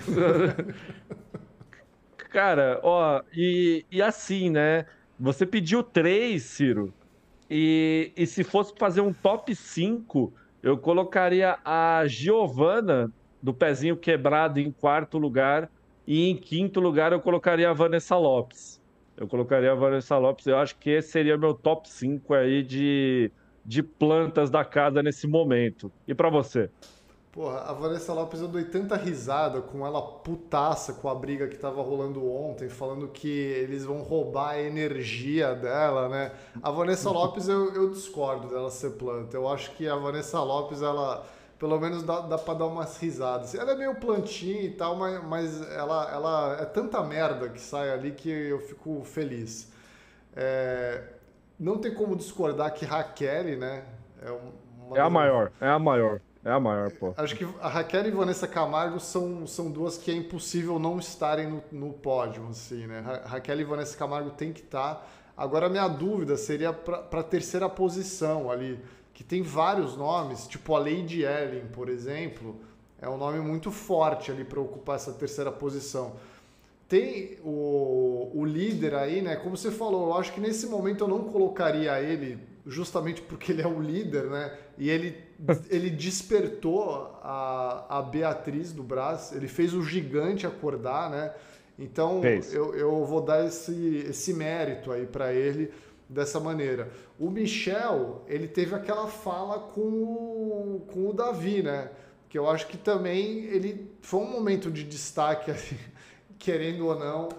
Cara, ó, e, e assim, né? Você pediu três, Ciro. E, e se fosse fazer um top cinco, eu colocaria a Giovana, do pezinho quebrado, em quarto lugar. E em quinto lugar, eu colocaria a Vanessa Lopes. Eu colocaria a Vanessa Lopes. Eu acho que esse seria meu top cinco aí de, de plantas da casa nesse momento. E para você? Porra, a Vanessa Lopes eu dei tanta risada com ela putaça com a briga que tava rolando ontem, falando que eles vão roubar a energia dela, né? A Vanessa Lopes eu, eu discordo dela ser planta. Eu acho que a Vanessa Lopes, ela, pelo menos dá, dá pra dar umas risadas. Ela é meio plantinha e tal, mas, mas ela, ela é tanta merda que sai ali que eu fico feliz. É, não tem como discordar que Raquel, né? É uma É a das maior, é a maior, é a maior, pô. Acho que a Raquel e Vanessa Camargo são, são duas que é impossível não estarem no, no pódio, assim, né? Ra Raquel e Vanessa Camargo tem que estar. Agora, a minha dúvida seria para a terceira posição ali, que tem vários nomes, tipo a Lady Ellen, por exemplo, é um nome muito forte ali para ocupar essa terceira posição. Tem o, o líder aí, né? Como você falou, eu acho que nesse momento eu não colocaria ele justamente porque ele é o líder, né? E ele, ele despertou a, a Beatriz do Brás, ele fez o gigante acordar, né? Então Fez. eu, eu vou dar esse, esse mérito aí para ele dessa maneira. O Michel, ele teve aquela fala com o, com o Davi, né? Que eu acho que também ele foi um momento de destaque, assim, querendo ou não,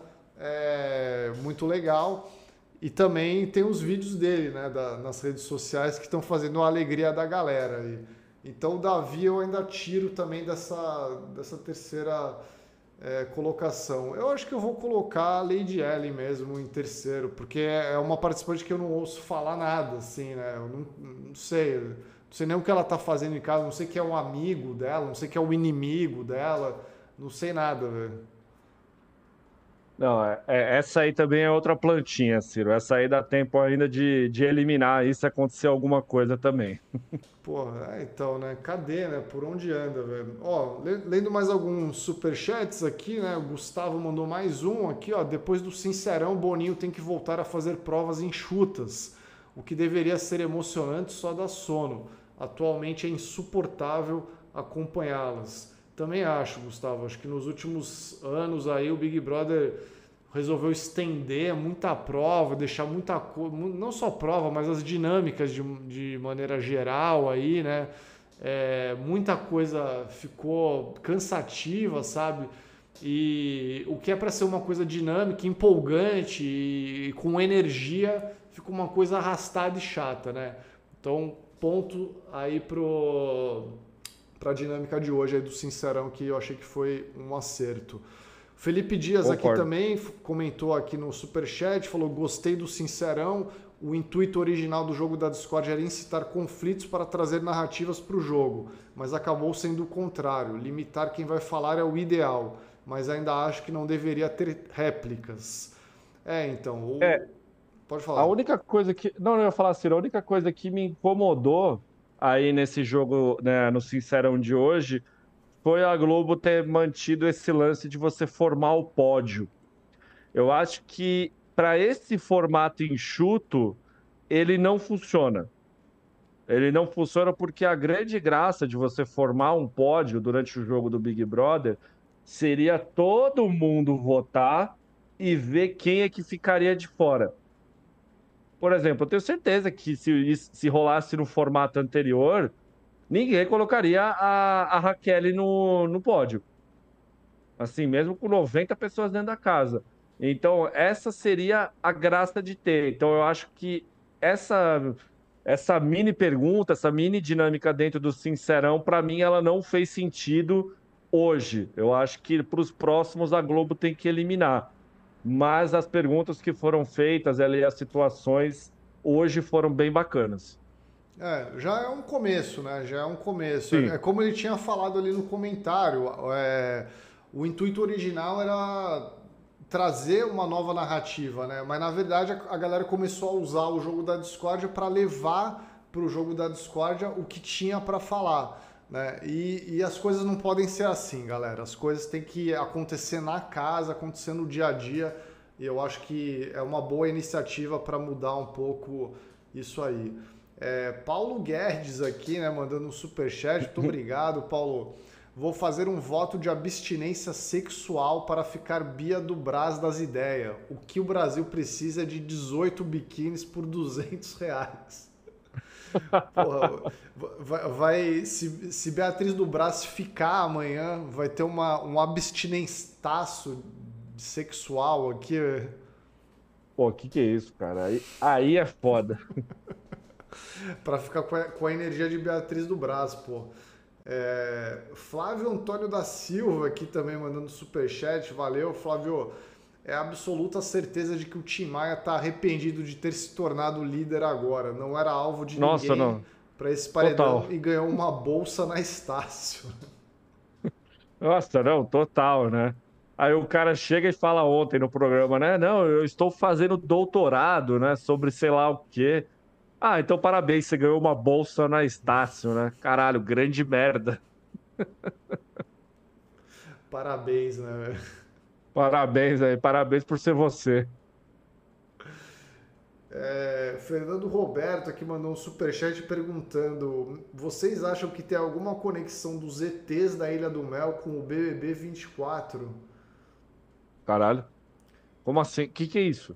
é muito legal. E também tem os vídeos dele, né, da, nas redes sociais que estão fazendo a alegria da galera. E, então o Davi eu ainda tiro também dessa, dessa terceira é, colocação. Eu acho que eu vou colocar a Lady Ellen mesmo em terceiro, porque é uma participante que eu não ouço falar nada, assim, né? Eu não, não sei, não sei nem o que ela tá fazendo em casa, não sei que é um amigo dela, não sei que é o inimigo dela, não sei nada, velho. Não, é, é- essa aí também é outra plantinha, Ciro. Essa aí dá tempo ainda de, de eliminar aí se acontecer alguma coisa também. Porra, é, então, né? Cadê, né? Por onde anda, velho? Ó, le- lendo mais alguns superchats aqui, né? O Gustavo mandou mais um aqui, ó. Depois do Sincerão, Boninho tem que voltar a fazer provas enxutas. O que deveria ser emocionante só dá sono. Atualmente é insuportável acompanhá-las. Também acho, Gustavo. Acho que nos últimos anos aí o Big Brother resolveu estender muita prova, deixar muita coisa, não só prova, mas as dinâmicas de, de maneira geral aí, né? É, muita coisa ficou cansativa, sabe? E o que é para ser uma coisa dinâmica, empolgante e, e com energia, fica uma coisa arrastada e chata, né? Então, ponto aí pro para a dinâmica de hoje aí do Sincerão, que eu achei que foi um acerto. Felipe Dias aqui Concordo. também comentou aqui no Superchat, falou: gostei do Sincerão, o intuito original do jogo da Discord era incitar conflitos para trazer narrativas para o jogo, mas acabou sendo o contrário. Limitar quem vai falar é o ideal, mas ainda acho que não deveria ter réplicas. É, então, o... É, pode a falar. única coisa que. Não, não, eu ia falar assim, a única coisa que me incomodou aí nesse jogo, né, no Sincerão de hoje, foi a Globo ter mantido esse lance de você formar o pódio. Eu acho que para esse formato enxuto, ele não funciona. Ele não funciona porque a grande graça de você formar um pódio durante o jogo do Big Brother seria todo mundo votar e ver quem é que ficaria de fora. Por exemplo, eu tenho certeza que se, se rolasse no formato anterior, ninguém colocaria a, a Raquel no, no pódio. Assim, mesmo com noventa pessoas dentro da casa. Então, essa seria a graça de ter. Então, eu acho que essa essa mini pergunta, essa mini dinâmica dentro do Sincerão, para mim, ela não fez sentido hoje. Eu acho que para os próximos a Globo tem que eliminar. Mas as perguntas que foram feitas, ali, as situações, hoje foram bem bacanas. É, já é um começo, né? Já é um começo. É, é Sim. como ele tinha falado ali no comentário. É, o intuito original era trazer uma nova narrativa, né? Mas na verdade a, a galera começou a usar o jogo da discórdia para levar para o jogo da discórdia o que tinha para falar, né? E, e as coisas não podem ser assim, galera. As coisas têm que acontecer na casa, acontecer no dia a dia. E eu acho que é uma boa iniciativa para mudar um pouco isso aí. É, Paulo Guedes aqui, né, mandando um superchat. Muito obrigado, Paulo. Vou fazer um voto de abstinência sexual para ficar Bia do Brás das ideias. O que o Brasil precisa é de dezoito biquínis por duzentos reais. Porra, vai, vai- se, se Beatriz do Brás ficar amanhã, vai ter uma, um abstinenciaço sexual aqui. Pô, o que que é isso, cara? Aí, aí é foda. Para ficar com a, com a energia de Beatriz do Brás, pô. É, Flávio Antônio da Silva aqui também mandando superchat, valeu, Flávio. É absoluta certeza de que o Tim Maia está arrependido de ter se tornado líder agora. Não era alvo de Nossa, ninguém não. para esse paredão Total. e ganhou uma bolsa na Estácio. Nossa, não, total, né? Aí o cara chega e fala ontem no programa, né? Não, eu estou fazendo doutorado, né? Sobre sei lá o quê. Ah, então parabéns, você ganhou uma bolsa na Estácio, né? Caralho, grande merda. Parabéns, né? Parabéns aí, parabéns por ser você. É, Fernando Roberto aqui mandou um superchat perguntando: vocês acham que tem alguma conexão dos E Tês da Ilha do Mel com o B B B vinte e quatro? Caralho. Como assim? O que que é isso?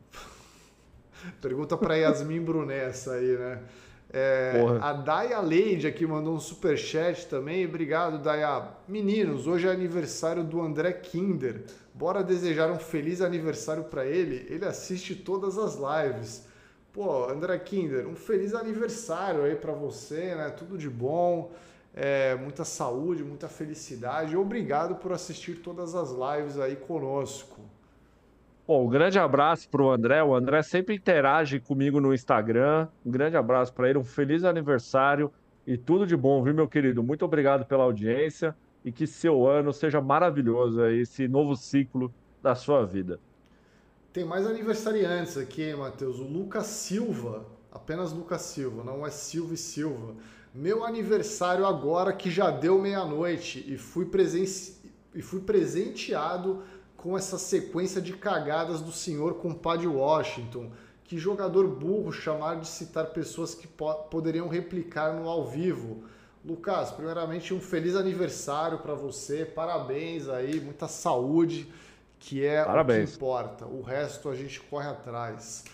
Pergunta para Yasmin Brunet essa aí, né? É, Porra. a Daya Leide aqui mandou um superchat também. Obrigado, Daya. Meninos, hoje é aniversário do André Kinder. Bora desejar um feliz aniversário para ele. Ele assiste todas as lives. Pô, André Kinder, um feliz aniversário aí para você, né? Tudo de bom, é, muita saúde, muita felicidade. Obrigado por assistir todas as lives aí conosco. Pô, um grande abraço pro André. O André sempre interage comigo no Instagram. Um grande abraço para ele, um feliz aniversário e tudo de bom, viu, meu querido? Muito obrigado pela audiência e que seu ano seja maravilhoso aí, esse novo ciclo da sua vida. Tem mais aniversariantes aqui, hein, Matheus? O Lucas Silva, apenas Lucas Silva, não é Silva e Silva. Meu aniversário agora que já deu meia-noite e fui, presen... e fui presenteado com essa sequência de cagadas do senhor compadre Washington. Que jogador burro chamar de citar pessoas que po poderiam replicar no ao vivo. Lucas, primeiramente um feliz aniversário para você, parabéns aí, muita saúde, que é o que Parabéns. importa. O resto a gente corre atrás.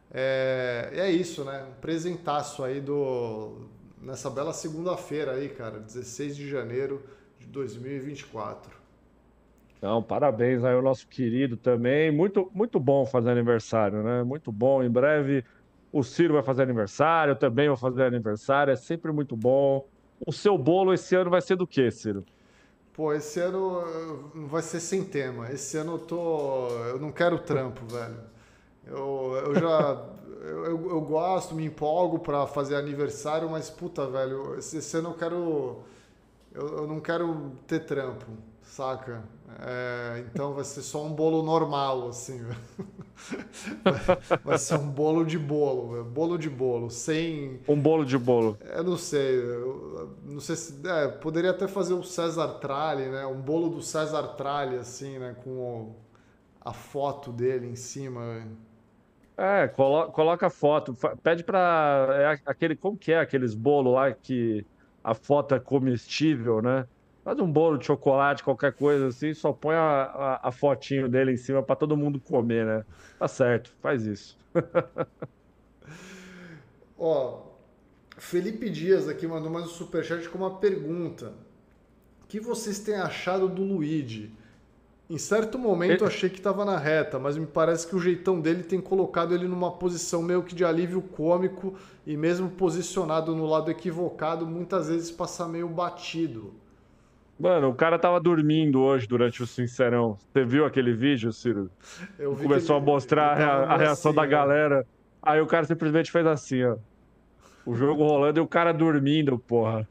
É, é isso, né? Um presentaço aí do nessa bela segunda-feira aí, cara, dezesseis de janeiro de dois mil e vinte e quatro. Então, parabéns aí ao nosso querido também. Muito, muito bom fazer aniversário, né? Muito bom. Em breve o Ciro vai fazer aniversário, eu também vou fazer aniversário. É sempre muito bom. O seu bolo esse ano vai ser do quê, Ciro? Pô, esse ano uh, vai ser sem tema. Esse ano eu tô. Eu não quero trampo, velho. Eu, eu já. Eu, eu, eu gosto, me empolgo pra fazer aniversário, mas puta, velho, esse, esse ano eu quero. Eu, eu não quero ter trampo, saca? É, então vai ser só um bolo normal, assim. Vai, vai ser um bolo de bolo, velho, bolo de bolo, sem. Um bolo de bolo. Eu não sei, eu não sei se. É, poderia até fazer o César Tralli, né? Um bolo do César Tralli, assim, né? Com o- a foto dele em cima. É, colo- coloca a foto, fa- pede pra. É a- aquele, como que é aqueles bolos lá que a foto é comestível, né? Faz um bolo de chocolate, qualquer coisa assim, só põe a, a, a fotinho dele em cima pra todo mundo comer, né? Tá certo, faz isso. Ó, Felipe Dias aqui mandou mais um superchat com uma pergunta. O que vocês têm achado do Luigi? Em certo momento E- achei que estava na reta, mas me parece que o jeitão dele tem colocado ele numa posição meio que de alívio cômico e mesmo posicionado no lado equivocado, muitas vezes passa meio batido. Mano, o cara tava dormindo hoje durante o Sincerão. Você viu aquele vídeo, Ciro? Eu vi que ele, Começou a ele mostrar a, tava rea- a meio reação assim, da é. galera. Aí o cara simplesmente fez assim, ó. O jogo rolando e o cara dormindo, porra.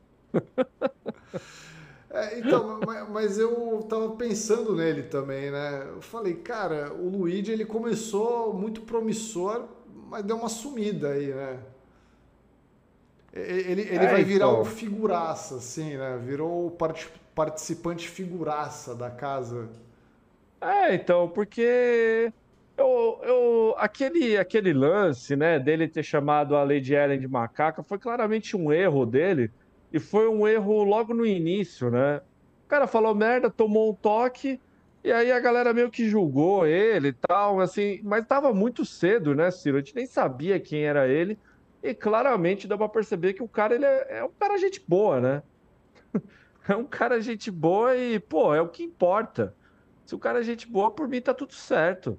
É, então, ma- mas eu tava pensando nele também, né? Eu falei, cara, o Luigi ele começou muito promissor, mas deu uma sumida aí, né? E- Ele, ele É, vai virar o então. figuraça, assim, né? Virou o parti- participante figuraça da casa. É, então, porque eu, eu, aquele, aquele lance, né, dele ter chamado a Lady Ellen de macaca foi claramente um erro dele, e foi um erro logo no início, né? O cara falou merda, tomou um toque, e aí a galera meio que julgou ele e tal, assim, mas tava muito cedo, né, Ciro? A gente nem sabia quem era ele, e claramente dá pra perceber que o cara, ele é, é um cara gente boa, né? É um cara gente boa e, pô, é o que importa. Se o cara é gente boa, por mim tá tudo certo.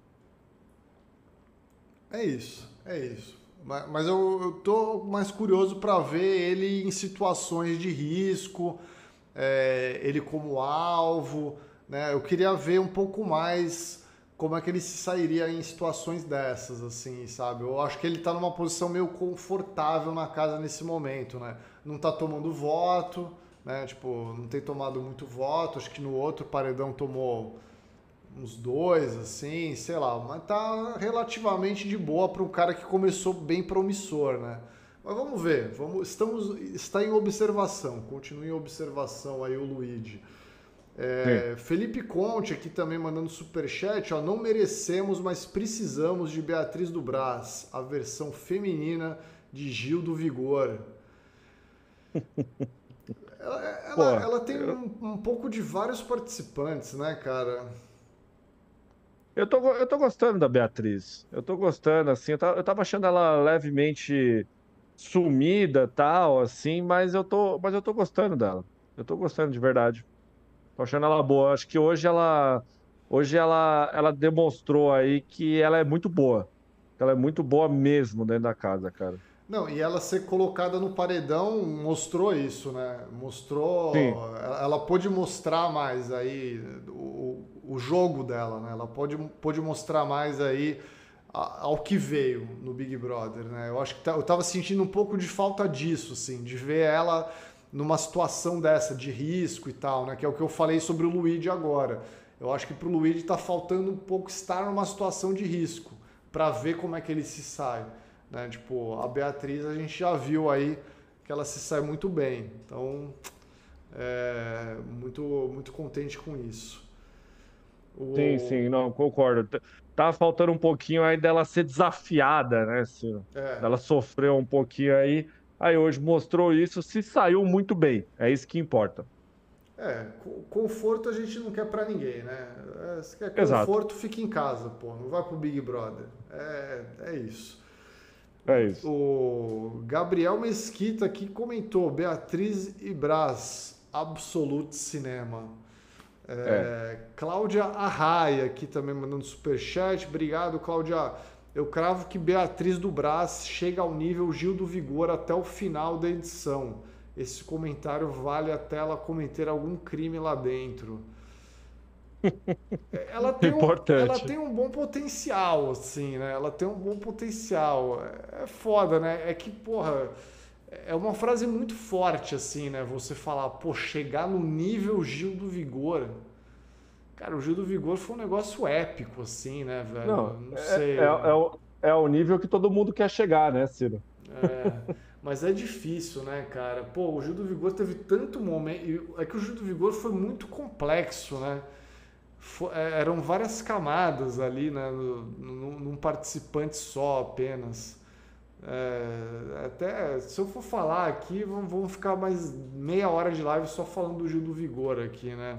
É isso, é isso. Ma- Mas eu, eu tô mais curioso para ver ele em situações de risco, é, ele como alvo, né? Eu queria ver um pouco mais como é que ele se sairia em situações dessas, assim, sabe? Eu acho que ele tá numa posição meio confortável na casa nesse momento, né? Não tá tomando voto, né? Tipo, não tem tomado muito voto. Acho que no outro paredão tomou uns dois, assim, sei lá, mas tá relativamente de boa para um cara que começou bem promissor, né? Mas vamos ver, vamos, estamos, está em observação, continue em observação aí o Luigi. Sim. É, Felipe Conte aqui também mandando superchat, ó, não merecemos, mas precisamos de Beatriz do Brás, a versão feminina de Gil do Vigor. Ela, ela, Pô, ela tem eu, um, um pouco de vários participantes, né, cara? eu tô, go- eu tô gostando da Beatriz. Eu tô gostando, assim. Eu tava, eu tava achando ela levemente sumida, tal, assim, mas eu tô, mas eu tô gostando dela. Eu tô gostando de verdade. Tô achando ela boa. Acho que hoje ela, hoje ela, ela demonstrou aí que ela é muito boa. Ela é muito boa mesmo dentro da casa, cara. Não, e ela ser colocada no paredão mostrou isso, né? Sim, Mostrou. Ela, ela pôde mostrar mais aí o, o jogo dela, né? Ela pôde, pôde mostrar mais aí a- ao que veio no Big Brother, né? Eu acho que tá- eu tava sentindo um pouco de falta disso, assim, de ver ela numa situação dessa, de risco e tal, né? Que é o que eu falei sobre o Luigi agora. Eu acho que pro Luigi tá faltando um pouco estar numa situação de risco, para ver como é que ele se sai. Né? Tipo, a Beatriz a gente já viu aí que ela se sai muito bem. Então, é, muito, muito contente com isso. sim, O, sim, não, concordo. T- Tava faltando um pouquinho aí dela ser desafiada, né, Ciro? é, Ela sofreu um pouquinho aí, aí hoje mostrou isso, se saiu muito bem. É isso que importa. é, co- conforto a gente não quer pra ninguém, né? É, se quer Exato. conforto, fica em casa, pô. Não vai pro Big Brother. É, é isso. É isso. O Gabriel Mesquita aqui comentou: Beatriz e Brás, Absolute Cinema. É. É, Cláudia Arraia aqui também mandando superchat. Obrigado, Cláudia. Eu cravo que Beatriz do Brás chega ao nível Gil do Vigor até o final da edição. Esse comentário vale até ela cometer algum crime lá dentro. Ela tem um, ela Importante. tem um bom potencial, assim, né? Ela tem um bom potencial. É é foda, né? É que, porra, é uma frase muito forte, assim, né? Você falar, pô, chegar no nível Gil do Vigor. Cara, o Gil do Vigor foi um negócio épico, assim, né, velho? Não, Não é, é, sei. é, o, é o nível que todo mundo quer chegar, né, Ciro? É, mas é difícil, né, cara? Pô, o Gil do Vigor teve tanto momento. É que o Gil do Vigor foi muito complexo, né? Fo- é, eram várias camadas ali, né? no- no- Num participante só apenas. É, até se eu for falar aqui, vamos, vamos ficar mais meia hora de live só falando do Gil do Vigor aqui, né?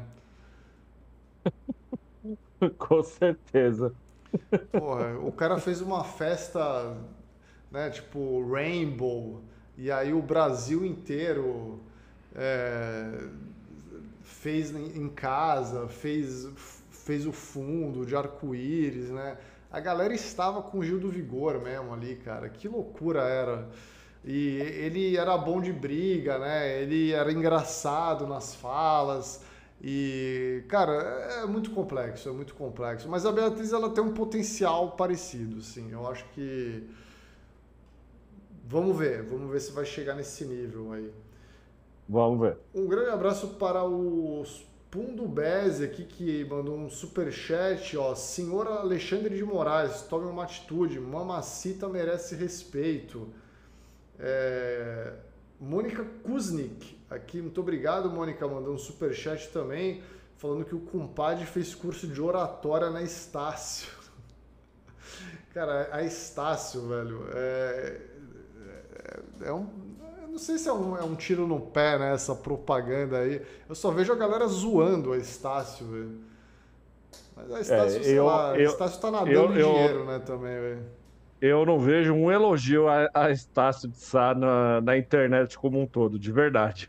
Com certeza. Porra, o cara fez uma festa, né? Tipo Rainbow, e aí o Brasil inteiro é, fez em casa, fez, fez o fundo de arco-íris, né? A galera estava com o Gil do Vigor mesmo ali, cara. Que loucura era. E ele era bom de briga, né? Ele era engraçado nas falas. E, cara, é muito complexo, é muito complexo. Mas a Beatriz, ela tem um potencial parecido, assim. Eu acho que... Vamos ver, vamos ver se vai chegar nesse nível aí. Vamos ver. Um grande abraço para o Pundo Bezzi aqui, que mandou um superchat, ó. Senhor Alexandre de Moraes, tome uma atitude. Mamacita merece respeito. É... Mônica Kuznik, aqui, muito obrigado, Mônica, mandou um superchat também, falando que o compadre fez curso de oratória na Estácio. Cara, a Estácio, velho, é, é, é um, eu não sei se é um, é um tiro no pé, né, essa propaganda aí. Eu só vejo a galera zoando a Estácio, velho. Mas a É, Estácio, sei eu, lá, a eu, Estácio tá nadando eu, em dinheiro, eu, né, também, velho. eu não vejo um elogio a, a Estácio de Sá na, na internet como um todo, de verdade.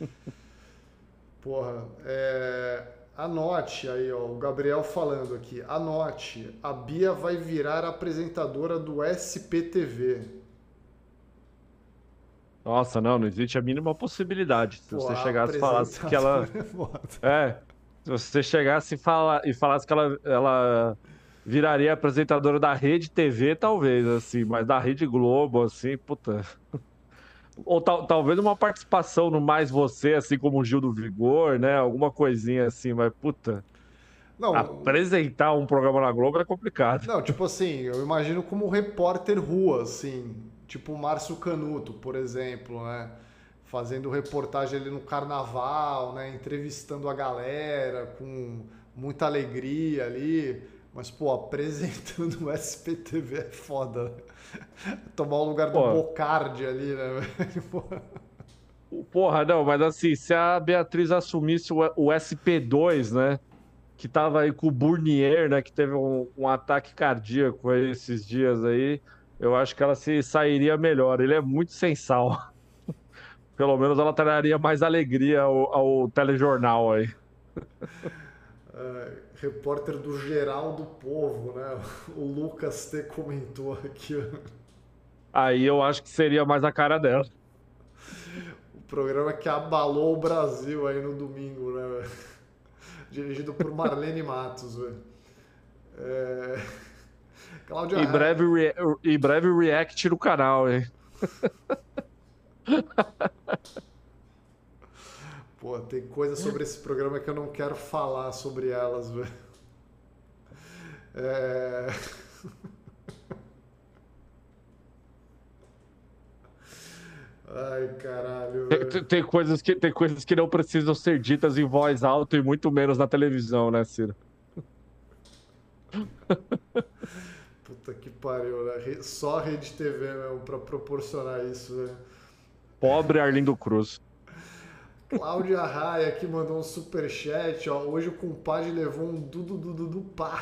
Porra, é... anote aí, ó, o Gabriel falando aqui. Anote, a Bia vai virar apresentadora do S P T V. Nossa, não, não existe a mínima possibilidade. Se você Porra, chegasse e falasse que ela. apresentadora é foda. É, se você chegasse e, fala, e falasse que ela, ela viraria apresentadora da Rede T V, talvez, assim, mas da Rede Globo, assim, puta. Ou tal, talvez uma participação no Mais Você, assim como o Gil do Vigor, né? Alguma coisinha assim, mas puta, Não, apresentar um programa na Globo é complicado. não, tipo assim, eu imagino como repórter rua, assim, tipo o Márcio Canuto, por exemplo, né? Fazendo reportagem ali no carnaval, né? Entrevistando a galera com muita alegria ali. Mas, pô, apresentando o S P T V é foda. Tomar o lugar do Pô, Bocardi ali, né, velho? Pô. porra, não, mas assim, se a Beatriz assumisse o, o S P dois, né? Que tava aí com o Burnier, né? Que teve um, um ataque cardíaco aí esses dias aí, eu acho que ela se sairia melhor. Ele é muito sem sal. Pelo menos ela traria mais alegria ao, ao telejornal aí. É, repórter do Geral do Povo, né? O Lucas T comentou aqui, ó. Aí eu acho que seria mais a cara dela. O programa que abalou o Brasil aí no domingo, né, velho? Dirigido por Marlene Matos, velho. É... Cláudia Em breve, Raia. re- em breve react no canal, hein? Pô, tem coisa sobre esse programa que eu não quero falar sobre elas, velho. É... Ai, caralho, Tem, tem- velho. tem coisas que, tem coisas que não precisam ser ditas em voz alta e muito menos na televisão, né, Ciro? Puta que pariu, né? Re- Só a Rede T V mesmo pra proporcionar isso, velho. Pobre Arlindo Cruz. Cláudia Raia aqui mandou um superchat, ó. Hoje o compadre levou um dudu dudu do pá.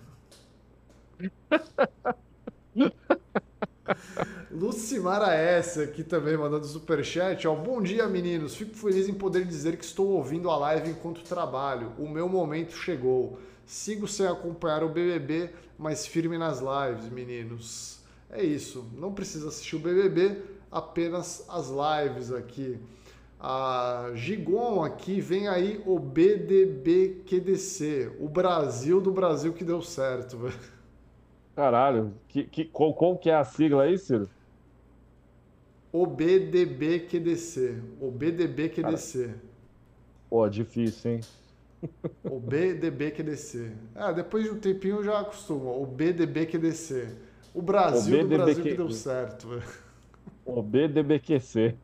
Lucimara S aqui também mandando superchat, ó. Bom dia, meninos. Fico feliz em poder dizer que estou ouvindo a live enquanto trabalho. O meu momento chegou. Sigo sem acompanhar o B B B, mas firme nas lives, meninos. É isso. Não precisa assistir o B B B, apenas as lives aqui. A Gigon aqui, vem aí o B D B Q D C, o Brasil do Brasil que deu certo, velho. Caralho, que, que, qual, qual que é a sigla aí, Ciro? O B D B Q D C, o B D B Cara, Q D C, pô, difícil, hein? o B D B Q D C. Ah, depois de um tempinho já acostuma, o B D B Q D C, o O Brasil do Brasil que deu B D B Q, certo, velho. o B D B Q C.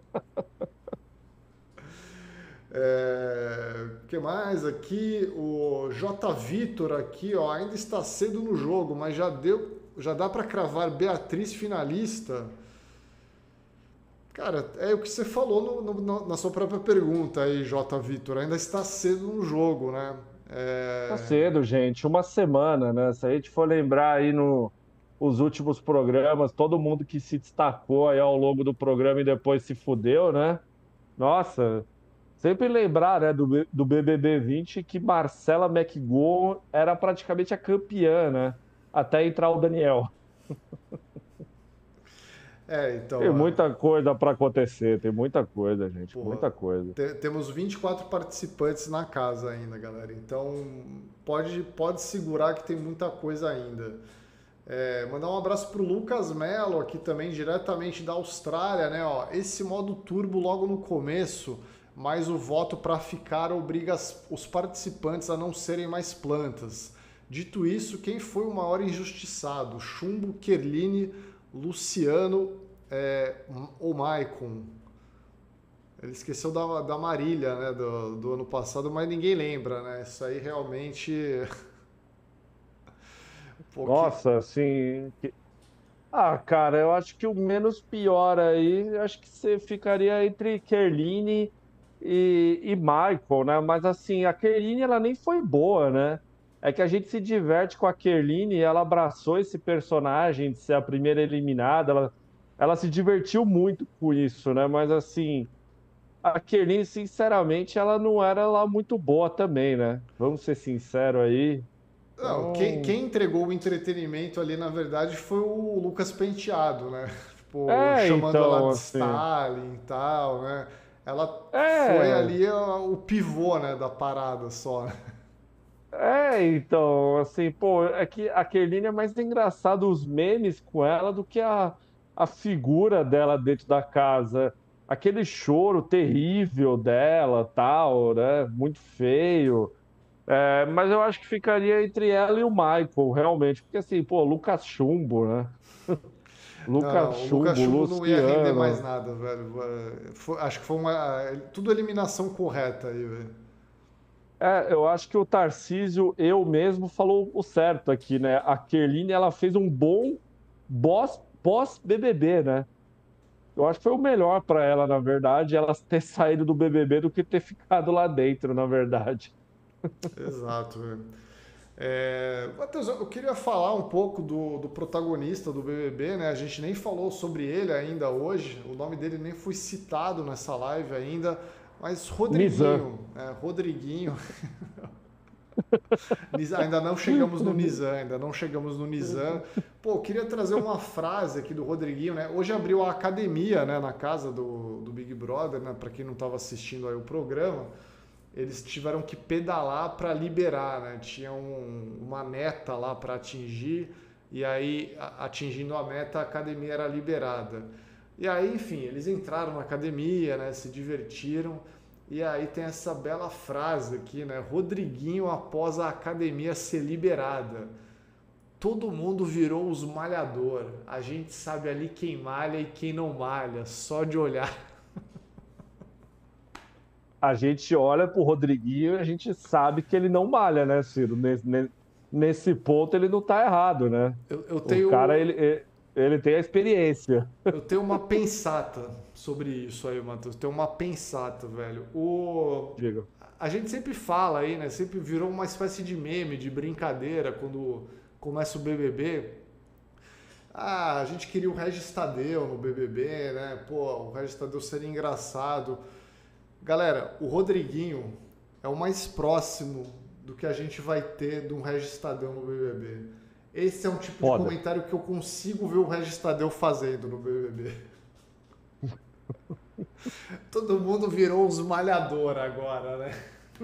É, o que mais aqui? O J. Vitor aqui, ó, ainda está cedo no jogo, mas já deu, já dá para cravar Beatriz finalista. Cara, é o que você falou no- no- na sua própria pergunta aí, J. Vitor. Ainda está cedo no jogo, né? Tá É, cedo, gente, uma semana, né? Se a gente for lembrar aí no, os últimos programas, todo mundo que se destacou aí ao longo do programa e depois se fudeu, né? Nossa, sempre lembrar, né, do, B- do B B B vinte que Marcela McGowan era praticamente a campeã, né? Até entrar o Daniel. é Tem então, é, muita coisa para acontecer, tem muita coisa, gente, porra, muita coisa. te- temos vinte e quatro participantes na casa ainda, galera. Então, pode, pode segurar que tem muita coisa ainda. É, mandar um abraço pro Lucas Melo aqui também, diretamente da Austrália, né? Ó, esse modo turbo logo no começo, mas o voto para ficar obriga as- os participantes a não serem mais plantas. Dito isso, quem foi o maior injustiçado? Chumbo, Kerline, Luciano é, ou Maicon? Ele esqueceu da, da Marília, né? Do, do ano passado, mas ninguém lembra, né? Isso aí realmente. Pô, que, Nossa, assim, que- ah, cara, eu acho que o menos pior aí, eu acho que você ficaria entre Kerline e, e Michael, né? Mas assim, a Kerline ela nem foi boa, né? É que a gente se diverte com a Kerline, ela abraçou esse personagem de ser a primeira eliminada, ela, ela se divertiu muito com isso, né? Mas assim, a Kerline, sinceramente, ela não era lá muito boa também, né? Vamos ser sinceros aí. Não, quem, Então, quem entregou o entretenimento ali, na verdade, foi o Lucas Penteado, né? Tipo, é, chamando ela então, de assim, Stalin e tal, né? Ela foi é. ali ó, o pivô, né, da parada só. É, então, assim, pô, é que a Kerline é mais engraçado os memes com ela do que a, a figura dela dentro da casa. Aquele choro terrível dela, tal, né? Muito feio. É, mas eu acho que ficaria entre ela e o Michael, realmente. Porque, assim, pô, Lucas Chumbo, né? Não, Lucas não, o Lucas Chumbo, Chumbo não ia render mais Luciano. nada, velho. Foi- acho que foi uma. Tudo eliminação correta aí, velho. É, eu acho que o Tarcísio, eu mesmo, falou o certo aqui, né? A Kerline, ela fez um bom boss pós-B B B, né? Eu acho que foi o melhor para ela, na verdade, ela ter saído do B B B do que ter ficado lá dentro, na verdade. Exato, velho. É, Matheus, eu queria falar um pouco do, do protagonista do B B B, né? A gente nem falou sobre ele ainda hoje, o nome dele nem foi citado nessa live ainda, mas Nizam. Rodriguinho, né? Rodriguinho, Niz- ainda não chegamos no Nizam, ainda não chegamos no Nizam. Pô, eu queria trazer uma frase aqui do Rodriguinho, né? Hoje abriu a academia, né, na casa do, do Big Brother, né? Para quem não estava assistindo aí o programa. Eles tiveram que pedalar para liberar, né? Tinha um- uma meta lá para atingir e aí a- atingindo a meta a academia era liberada. E aí, enfim, eles entraram na academia, né? Se divertiram e aí tem essa bela frase aqui, né? Rodriguinho após a academia ser liberada. Todo mundo virou os malhador. A gente sabe ali quem malha e quem não malha, só de olhar. A gente olha pro Rodriguinho e a gente sabe que ele não malha, né, Ciro? Nesse, ne- nesse ponto ele não tá errado, né? Eu, eu O cara, tenho ele, ele ele tem a experiência. Eu tenho uma pensata sobre isso aí, Matheus. Tenho uma pensata, velho. O... Diga. A gente sempre fala aí, né? Sempre virou uma espécie de meme, de brincadeira, quando começa o B B B. Ah, a gente queria o Regis Tadeu no B B B, né? Pô, o Regis Tadeu seria engraçado. Galera, o Rodriguinho é o mais próximo do que a gente vai ter de um Regis Tadeu no B B B. Esse é um tipo de Foda. comentário que eu consigo ver o Regis Tadeu fazendo no B B B. Todo mundo virou uns malhador agora, né?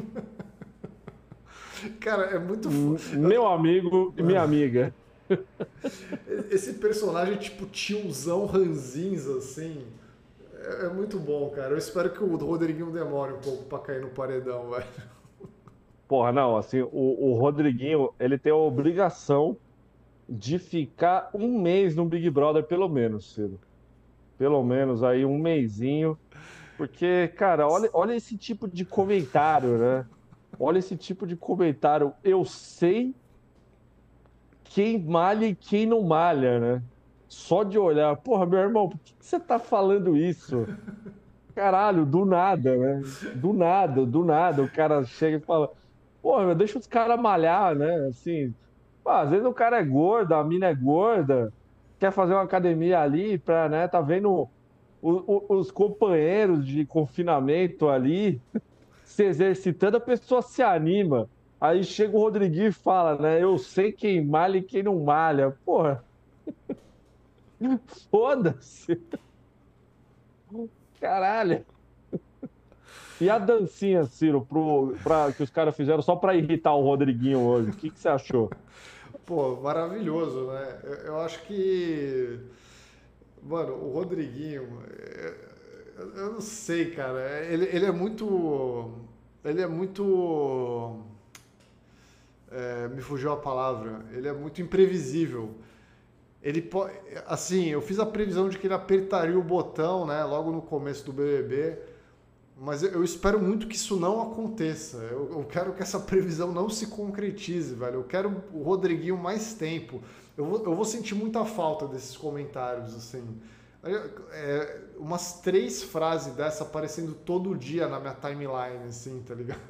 Cara, é muito. Fo... Meu amigo e minha Mano, amiga. esse personagem tipo tiozão ranzinza, assim, é, é muito bom, cara. Eu espero que o Rodriguinho demore um pouco pra cair no paredão, velho. Porra, não, assim, o, o Rodriguinho, ele tem a obrigação de ficar um mês no Big Brother, pelo menos, Ciro. Pelo menos aí um mesinho. Porque, cara, olha, olha esse tipo de comentário, né? Olha esse tipo de comentário. Eu sei quem malha e quem não malha, né? Só de olhar. Porra, meu irmão, por que que você tá falando isso? Caralho, do nada, né? Do nada, do nada. O cara chega e fala: Porra, meu, deixa os caras malhar, né? Assim, pô, às vezes o cara é gordo, a mina é gorda, quer fazer uma academia ali pra, né? Tá vendo o- o- os companheiros de confinamento ali se exercitando, a pessoa se anima. Aí chega o Rodriguinho e fala, né? Eu sei quem malha e quem não malha. Porra, foda-se. Caralho. E a dancinha, Ciro, pro, pra, que os caras fizeram só pra irritar o Rodriguinho hoje? O que, que você achou? Pô, maravilhoso, né? Eu, eu acho que. Mano, o Rodriguinho. é- Eu não sei, cara. Ele, ele é muito. Ele é muito. É, me fugiu a palavra. Ele é muito imprevisível. Ele pode. Assim, eu fiz a previsão de que ele apertaria o botão, né? Logo no começo do B B B. Mas eu, eu espero muito que isso não aconteça. Eu, eu quero que essa previsão não se concretize, velho. Eu quero o Rodriguinho mais tempo. Eu vou, eu vou sentir muita falta desses comentários, assim. É, umas três frases dessa aparecendo todo dia na minha timeline, assim, tá ligado?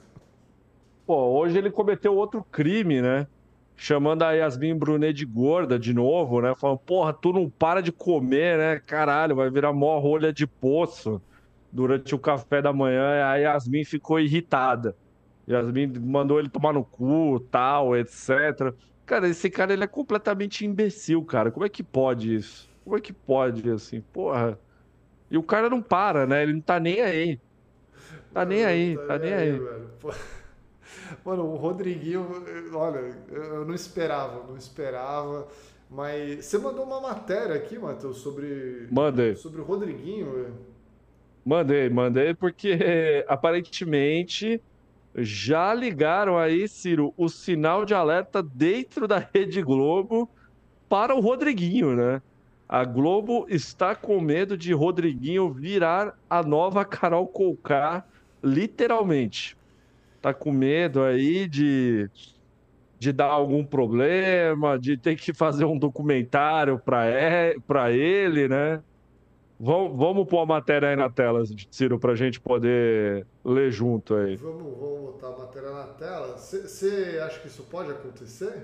Pô, hoje ele cometeu outro crime, né? Chamando a Yasmin Brunet de gorda de novo, né? Falando, porra, tu não para de comer, né? Caralho, vai virar mó rolha de poço durante o café da manhã. A Yasmin ficou irritada. Yasmin mandou ele tomar no cu, tal, etcétera. Cara, esse cara, ele é completamente imbecil, cara. Como é que pode isso? Como é que pode, assim? Porra. E o cara não para, né? Ele não tá nem aí. Tá nem Mano, aí, tá tá nem nem aí, aí. velho. Pô. Mano, o Rodriguinho, olha, eu não esperava, não esperava. Mas você mandou uma matéria aqui, Matheus, sobre, Mandei. sobre o Rodriguinho. Mandei, mandei, porque aparentemente já ligaram aí, Ciro, o sinal de alerta dentro da Rede Globo para o Rodriguinho, né? A Globo está com medo de Rodriguinho virar a nova Carol Conká, literalmente. Tá com medo aí de, de dar algum problema, de ter que fazer um documentário para ele, né? Vamos, vamos pôr a matéria aí na tela, Ciro, para a gente poder ler junto aí. Vamos, vamos botar a matéria na tela. Você acha que isso pode acontecer?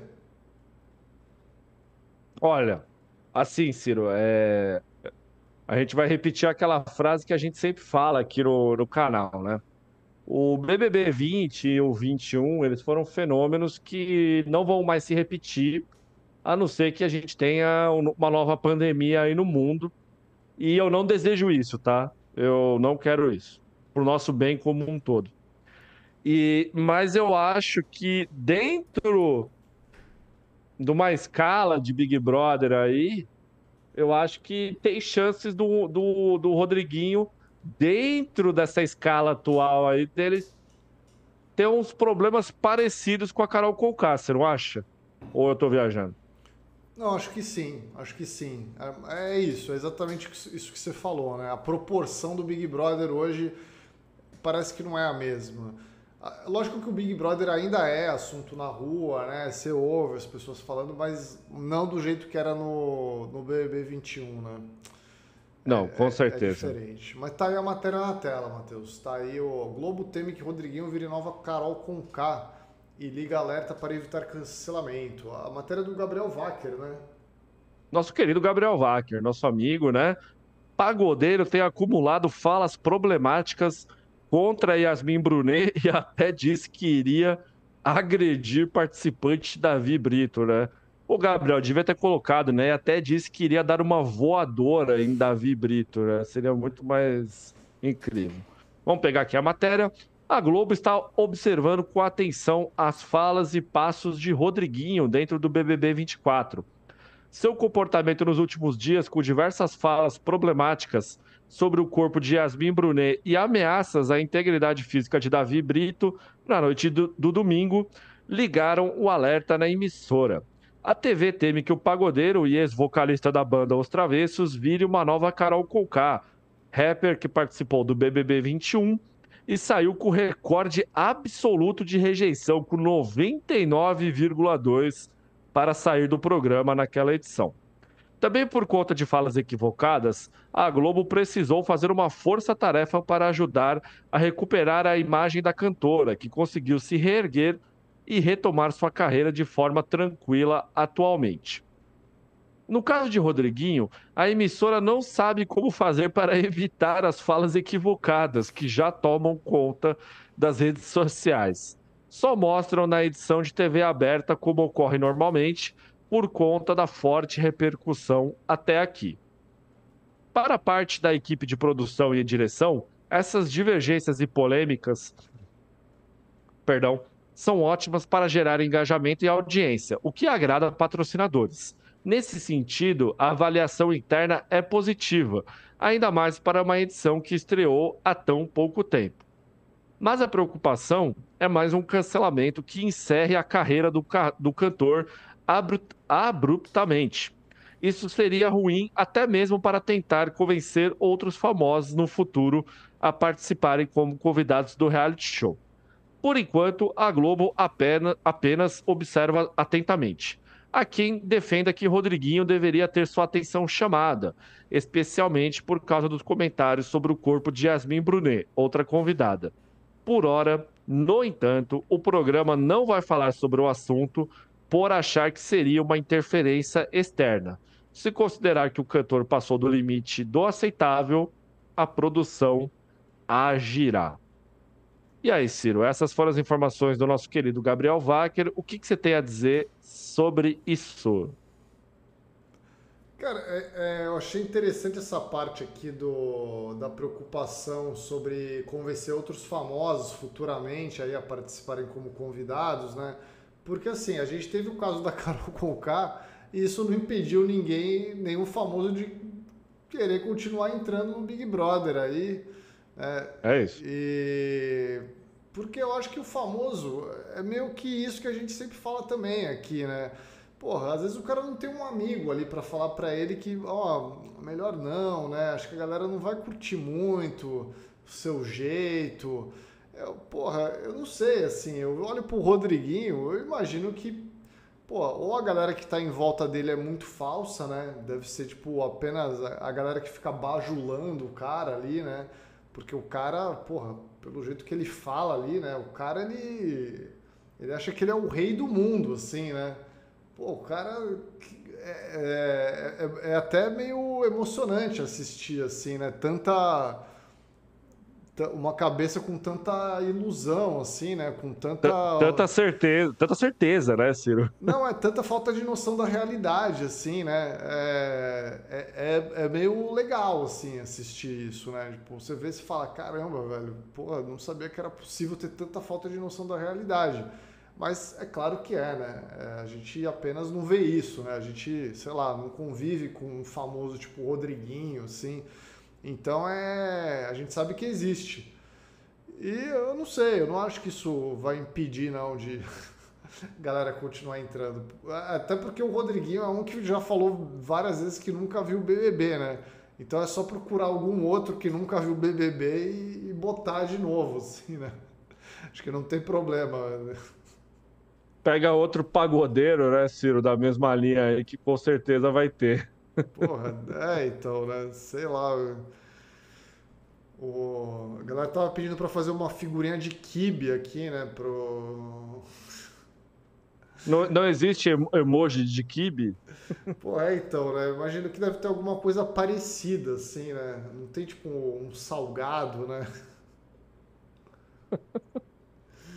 Olha, assim, Ciro, é... a gente vai repetir aquela frase que a gente sempre fala aqui no, no canal, né? O B B B vinte e o vinte e um, eles foram fenômenos que não vão mais se repetir, a não ser que a gente tenha um- uma nova pandemia aí no mundo. E eu não desejo isso, tá? Eu não quero isso. Pro nosso bem como um todo. E, mas eu acho que dentro de uma escala de Big Brother aí, eu acho que tem chances do, do, do Rodriguinho, dentro dessa escala atual aí, deles ter uns problemas parecidos com a Carol Conká, você não acha? Ou eu tô viajando? Não, acho que sim, acho que sim. É, é isso, é exatamente isso que você falou, né? A proporção do Big Brother hoje parece que não é a mesma. Ah, lógico que o Big Brother ainda é assunto na rua, né? Você ouve as pessoas falando, mas não do jeito que era no, no B B B vinte e um, né? Não, com É certeza. diferente. Mas tá aí a matéria na tela, Matheus. Tá aí o Globo teme que Rodriguinho vire nova Carol Conká e liga alerta para evitar cancelamento. A matéria do Gabriel Wacker, né? Nosso querido Gabriel Wacker, nosso amigo, né? Pagodeiro tem acumulado falas problemáticas contra Yasmin Brunet e até disse que iria agredir participante Davi Brito, né? O Gabriel devia ter colocado, né? E até disse que iria dar uma voadora em Davi Brito, né? Seria muito mais incrível. Vamos pegar aqui a matéria. A Globo está observando com atenção as falas e passos de Rodriguinho dentro do B B B vinte e quatro. Seu comportamento nos últimos dias, com diversas falas problemáticas sobre o corpo de Yasmin Brunet e ameaças à integridade física de Davi Brito, na noite do, do domingo, ligaram o alerta na emissora. A T V teme que o pagodeiro e ex-vocalista da banda Os Travessos vire uma nova Carol Conká, rapper que participou do B B B vinte e um e saiu com recorde absoluto de rejeição, com noventa e nove vírgula dois para sair do programa naquela edição. Também por conta de falas equivocadas, a Globo precisou fazer uma força-tarefa para ajudar a recuperar a imagem da cantora, que conseguiu se reerguer e retomar sua carreira de forma tranquila atualmente. No caso de Rodriguinho, a emissora não sabe como fazer para evitar as falas equivocadas que já tomam conta das redes sociais. Só mostram na edição de T V aberta como ocorre normalmente, por conta da forte repercussão até aqui. Para a parte da equipe de produção e direção, essas divergências e polêmicas, perdão, são ótimas para gerar engajamento e audiência, o que agrada patrocinadores. Nesse sentido, a avaliação interna é positiva, ainda mais para uma edição que estreou há tão pouco tempo. Mas a preocupação é mais um cancelamento que encerre a carreira do, ca do cantor abrupt abruptamente. Isso seria ruim até mesmo para tentar convencer outros famosos no futuro a participarem como convidados do reality show. Por enquanto, a Globo apenas, apenas observa atentamente. Há quem defenda que Rodriguinho deveria ter sua atenção chamada, especialmente por causa dos comentários sobre o corpo de Yasmin Brunet, outra convidada. Por hora, no entanto, o programa não vai falar sobre o assunto por achar que seria uma interferência externa. Se considerar que o cantor passou do limite do aceitável, a produção agirá. E aí, Ciro, essas foram as informações do nosso querido Gabriel Wacker. O que, que você tem a dizer sobre isso? Cara, é, é, eu achei interessante essa parte aqui do, da preocupação sobre convencer outros famosos futuramente aí a participarem como convidados, né? Porque assim, a gente teve o caso da Carol Conká e isso não impediu ninguém, nenhum famoso de querer continuar entrando no Big Brother aí. É, É isso. e porque eu acho que o famoso é meio que isso que a gente sempre fala também aqui, né? Porra, às vezes o cara não tem um amigo ali pra falar pra ele que, ó, melhor não, né? Acho que a galera não vai curtir muito o seu jeito. Eu, porra, eu não sei, assim, eu olho pro Rodriguinho, eu imagino que, pô, ou a galera que tá em volta dele é muito falsa, né? Deve ser, tipo, apenas a galera que fica bajulando o cara ali, né? Porque o cara, porra, pelo jeito que ele fala ali, né? O cara, ele, ele acha que ele é o rei do mundo, assim, né? Pô, o cara é, é, é até meio emocionante assistir, assim, né? Tanta... Uma cabeça com tanta ilusão, assim, né? Com tanta... Tanta certeza, tanta certeza, né, Ciro? Não, é tanta falta de noção da realidade, assim, né? É, é, é, é meio legal, assim, assistir isso, né? Tipo, você vê e fala, caramba, velho, pô, não sabia que era possível ter tanta falta de noção da realidade. Mas é claro que é, né? É, a gente apenas não vê isso, né? A gente, sei lá, não convive com um famoso tipo Rodriguinho, assim. Então é, a gente sabe que existe. E eu não sei, eu não acho que isso vai impedir, não, de galera continuar entrando. Até porque o Rodriguinho é um que já falou várias vezes que nunca viu B B B, né? Então é só procurar algum outro que nunca viu B B B e, e botar de novo, assim, né? Acho que não tem problema. Pega outro pagodeiro, né, Ciro, da mesma linha aí, que com certeza vai ter. Porra, é, então, né? Sei lá. O... A galera tava pedindo pra fazer uma figurinha de quibe aqui, né? Pro... Não, não existe emoji de quibe? Pô, é, então, né? Imagino que deve ter alguma coisa parecida, assim, né? Não tem, tipo, um salgado, né?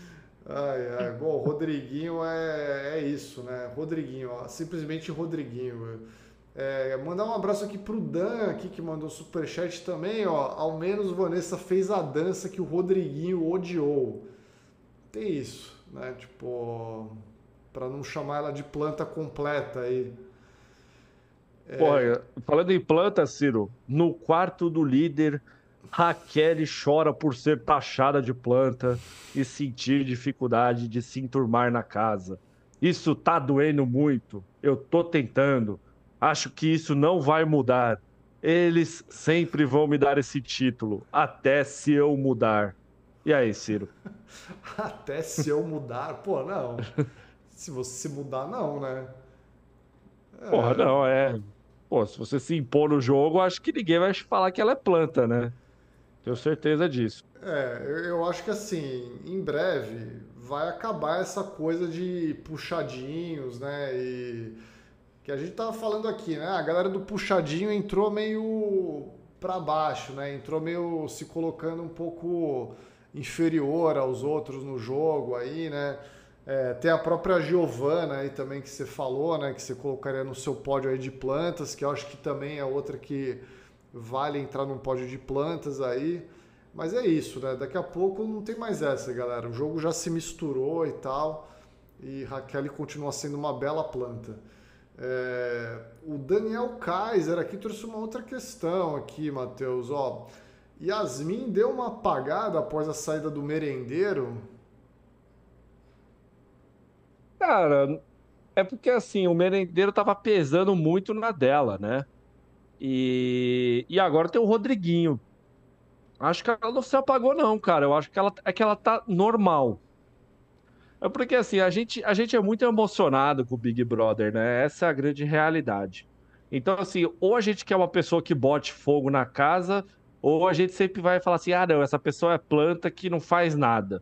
Ai, ai. Bom, o Rodriguinho é, é isso, né? Rodriguinho, ó, simplesmente Rodriguinho. É, mandar um abraço aqui pro Dan, aqui, que mandou superchat também, ó. Ao menos Vanessa fez a dança que o Rodriguinho odiou. Tem isso, né? Tipo, pra não chamar ela de planta completa aí. Porra, falando em planta, Ciro, no quarto do líder, Raquel chora por ser taxada de planta e sentir dificuldade de se enturmar na casa. Isso tá doendo muito. Eu tô tentando. Acho que isso não vai mudar. Eles sempre vão me dar esse título, até se eu mudar. E aí, Ciro? Até se eu mudar, pô, não. Se você se mudar, não, né? Porra, É, não, é. Pô, se você se impor no jogo, acho que ninguém vai falar que ela é planta, né? Tenho certeza disso. é, eu eu acho que assim, em breve vai acabar essa coisa de puxadinhos, né? E que a gente tava falando aqui, né? A galera do puxadinho entrou meio pra baixo, né? Entrou meio se colocando um pouco inferior aos outros no jogo aí, né? É, tem a própria Giovana aí também que você falou, né? Que você colocaria no seu pódio aí de plantas, que eu acho que também é outra que vale entrar num pódio de plantas aí. Mas é isso, né? Daqui a pouco não tem mais essa, galera. O jogo já se misturou e tal. E Raquel continua sendo uma bela planta. É, o Daniel Kaiser aqui trouxe uma outra questão aqui, Matheus. Ó, Yasmin deu uma apagada após a saída do merendeiro. Cara, é porque assim, o merendeiro tava pesando muito na dela, né? E, e agora tem o Rodriguinho. Acho que ela não se apagou, não, cara. Eu acho que ela é que ela tá normal. É porque assim, a gente, a gente é muito emocionado com o Big Brother, né? Essa é a grande realidade. Então, assim, ou a gente quer uma pessoa que bote fogo na casa, ou a gente sempre vai falar assim: ah, não, essa pessoa é planta que não faz nada.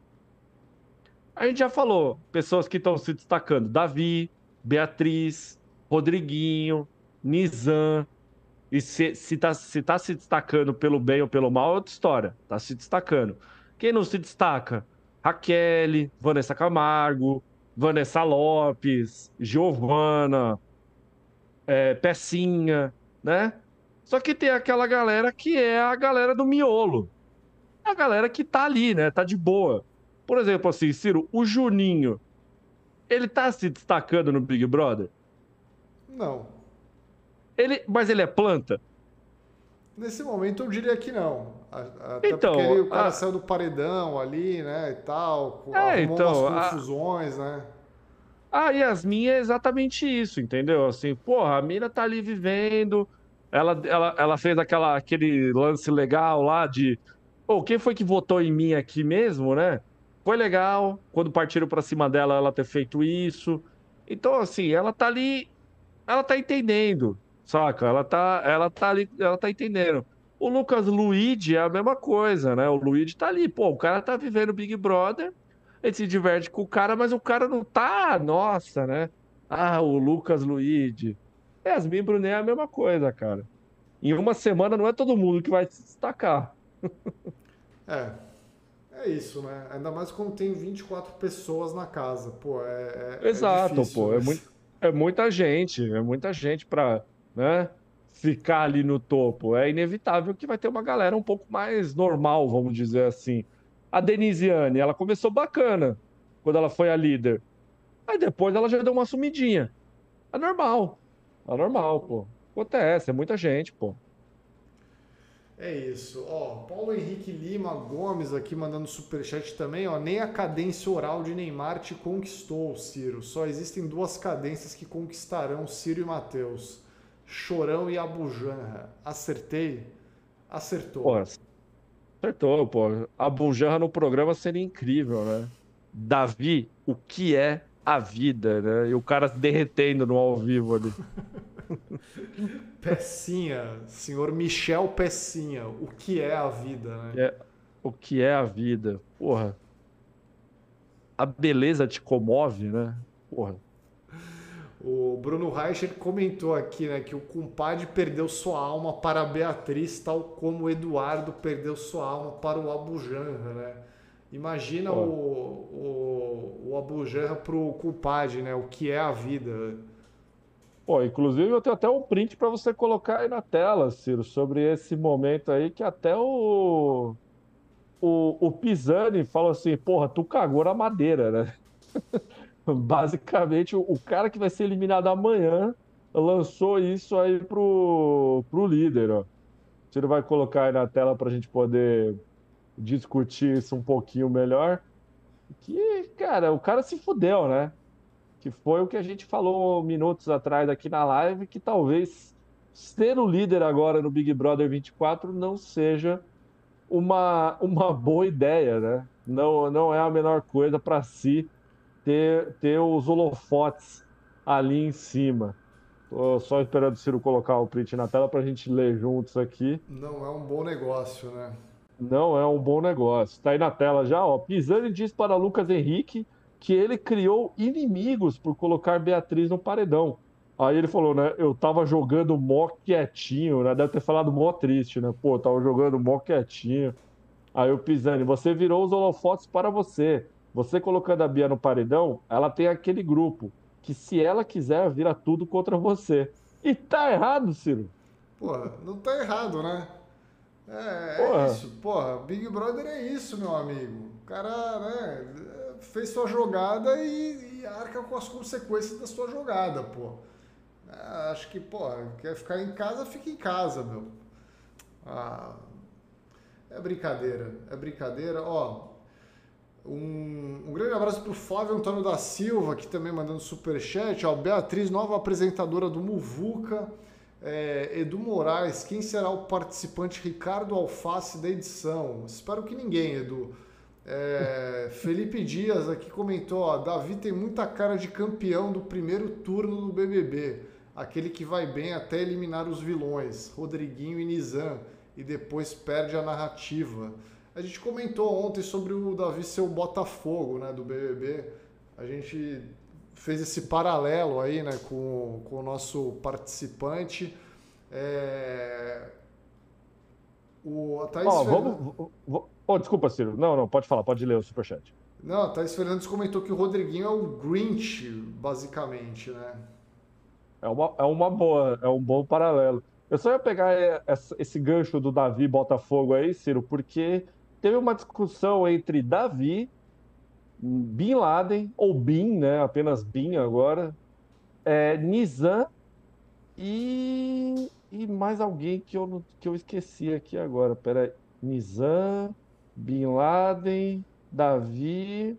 A gente já falou, pessoas que estão se destacando: Davi, Beatriz, Rodriguinho, Nizam. E se, se, tá, se tá se destacando pelo bem ou pelo mal, é outra história. Tá se destacando. Quem não se destaca? Raquel, Vanessa Camargo, Vanessa Lopes, Giovana, é, Pecinha, né? Só que tem aquela galera que é a galera do miolo. A galera que tá ali, né? Tá de boa. Por exemplo, assim, Ciro, o Juninho, ele tá se destacando no Big Brother? Não. Ele, mas ele é planta? Nesse momento eu diria que não. A- Até porque ele, Então, o cara a, saiu do paredão ali, né, e tal, co- é, arrumou umas então, a, confusões, né? a Yasmin é exatamente isso, entendeu? Assim, porra, a mina tá ali vivendo, ela, ela, ela fez aquela, aquele lance legal lá de, pô, quem foi que votou em mim aqui mesmo, né? Foi legal, quando partiram pra cima dela, ela ter feito isso. Então, assim, ela tá ali, ela tá entendendo, saca? Ela tá, ela tá ali, ela tá entendendo. O Lucas Luigi é a mesma coisa, né? O Luigi tá ali, pô, o cara tá vivendo o Big Brother, ele se diverte com o cara, mas o cara não tá, nossa, né? Ah, o Lucas Luigi. Yasmin Brunet é a mesma coisa, cara. Em uma semana não é todo mundo que vai se destacar. É, é isso, né? Ainda mais quando tem vinte e quatro pessoas na casa. Pô, é, é, é Exato, difícil, pô. né? É, muito, é muita gente, é muita gente pra, né, ficar ali no topo. É inevitável que vai ter uma galera um pouco mais normal, vamos dizer assim. A Denisiane, ela começou bacana quando ela foi a líder. Aí depois ela já deu uma sumidinha. É normal. É normal, pô. Acontece, é muita gente, pô. É isso. Ó, Paulo Henrique Lima Gomes aqui mandando superchat também, ó. Nem a cadência oral de Neymar te conquistou, Ciro. Só existem duas cadências que conquistarão Ciro e Matheus. Chorão e Abujanra. Acertei? Pô, Acertou. acertou, pô. A Bujanra no programa seria incrível, né? Davi, o que é a vida, né? E o cara derretendo no ao vivo ali. Pecinha, senhor Michel Pecinha. O que é a vida, né? Que é- o que é a vida? Porra, a beleza te comove, né? Porra. O Bruno Reich comentou aqui, né, que o compadre perdeu sua alma para a Beatriz, tal como o Eduardo perdeu sua alma para o Abujanra, né? Imagina Pô, o, o Abu Janra pro culpade, né? O que é a vida. Pô, inclusive eu tenho até um print para você colocar aí na tela, Ciro, sobre esse momento aí que até o, o, o Pisani falou assim, porra, tu cagou na madeira, né? Basicamente, o, o cara que vai ser eliminado amanhã lançou isso aí pro, pro líder, ó. Ciro vai colocar aí na tela para a gente poder discutir isso um pouquinho melhor. Que, cara, o cara se fudeu, né? Que foi o que a gente falou minutos atrás aqui na live, que talvez ser o líder agora no Big Brother vinte e quatro não seja uma, uma boa ideia, né? Não, não é a menor coisa para si ter, ter os holofotes ali em cima. Tô só esperando o Ciro colocar o print na tela para a gente ler juntos aqui. Não é um bom negócio, né? Não é um bom negócio. Está aí na tela já, ó. Pisani diz para Lucas Henrique que ele criou inimigos por colocar Beatriz no paredão. Aí ele falou, né? Eu tava jogando mó quietinho, né? Deve ter falado mó triste, né? Pô, tava jogando mó quietinho. Aí o Pisani, você virou os holofotes para você. Você colocando a Bia no paredão, ela tem aquele grupo que, se ela quiser, vira tudo contra você. E tá errado, Ciro. Porra, não tá errado, né? É, é Porra. isso, porra. Big Brother é isso, meu amigo. O cara, né, fez sua jogada e, e arca com as consequências da sua jogada, pô. É, acho que, porra, quer ficar em casa, fica em casa, meu. Ah, é brincadeira, é brincadeira. Ó, um, um grande abraço pro Flávio Antônio da Silva, aqui também mandando superchat. Ó, Beatriz, nova apresentadora do Muvuca. É, Edu Moraes, quem será o participante Ricardo Alface da edição? Espero que ninguém, Edu. É, Felipe Dias aqui comentou, ó, Davi tem muita cara de campeão do primeiro turno do B B B, aquele que vai bem até eliminar os vilões, Rodriguinho e Nizam, e depois perde a narrativa. A gente comentou ontem sobre o Davi ser o Botafogo, né, do B B B. A gente fez esse paralelo aí, né, com, com o nosso participante. É... O a Thaís Ó, Fernandes... vamos. vo- Oh, desculpa, Ciro. Não, não, pode falar, pode ler o superchat. Não, a Thaís Fernandes comentou que o Rodriguinho é o Grinch, basicamente, né? É uma, é uma boa, é um bom paralelo. Eu só ia pegar é, essa- esse gancho do Davi Botafogo aí, Ciro, porque teve uma discussão entre Davi, Bin Laden, ou Bin, né? Apenas Bin agora, é, Nizam e, e mais alguém que eu, não- que eu esqueci aqui agora. Peraí. Nizam, Bin Laden, Davi.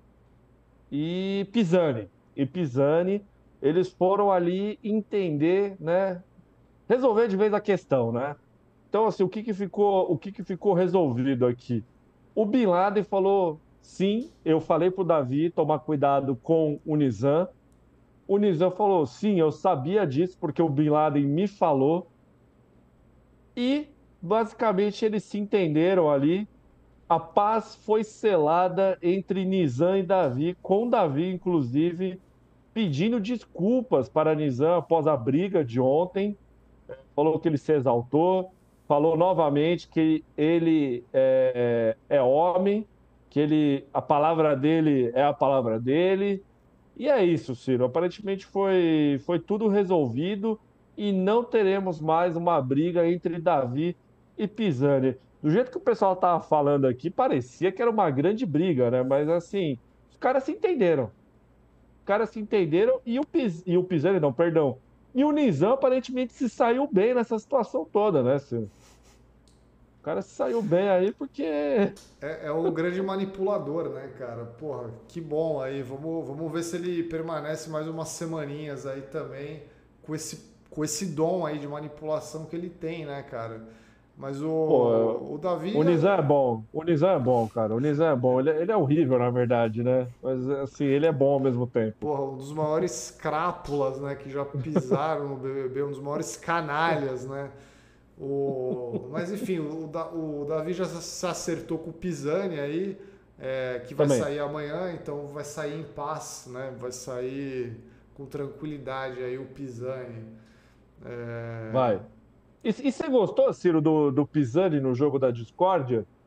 E Pisani. E Pisani, eles foram ali entender, né? Resolver de vez a questão, né? Então, assim, o que que ficou, o que que ficou resolvido aqui? O Bin Laden falou: sim, eu falei para o Davi tomar cuidado com o Nizam. O Nizam falou: sim, eu sabia disso porque o Bin Laden me falou. E, basicamente, eles se entenderam ali. A paz foi selada entre Nizam e Davi, com Davi, inclusive, pedindo desculpas para Nizam após a briga de ontem. Falou que ele se exaltou, falou novamente que ele é, é homem, que ele, a palavra dele é a palavra dele. E é isso, Ciro. Aparentemente foi, foi tudo resolvido e não teremos mais uma briga entre Davi e Pisani. Do jeito que o pessoal estava falando aqui, parecia que era uma grande briga, né? Mas assim, os caras se entenderam. Os caras se entenderam e o, Pis, e o Pisani, não, perdão. E o Nizam aparentemente se saiu bem nessa situação toda, né, Ciro? O cara se saiu bem aí porque. É, é o grande manipulador, né, cara? Porra, que bom aí. Vamos, vamos ver se ele permanece mais umas semaninhas aí também com esse, com esse dom aí de manipulação que ele tem, né, cara? Mas o, Pô, o Davi, o Nizam é bom. O Nizam é bom, cara. O Nizam é bom. Ele, é- ele é horrível, na verdade, né? Mas, assim, ele é bom ao mesmo tempo. porra, um dos maiores crápulas, né, que já pisaram no B B B, um dos maiores canalhas, né? O, mas enfim, o, Da- o Davi já se acertou com o Pisani aí, é, que vai Também. sair amanhã, então vai sair em paz, né? Vai sair com tranquilidade aí o Pisani. É, Vai. E, e você gostou, Ciro, do, do Pisani no jogo da discórdia?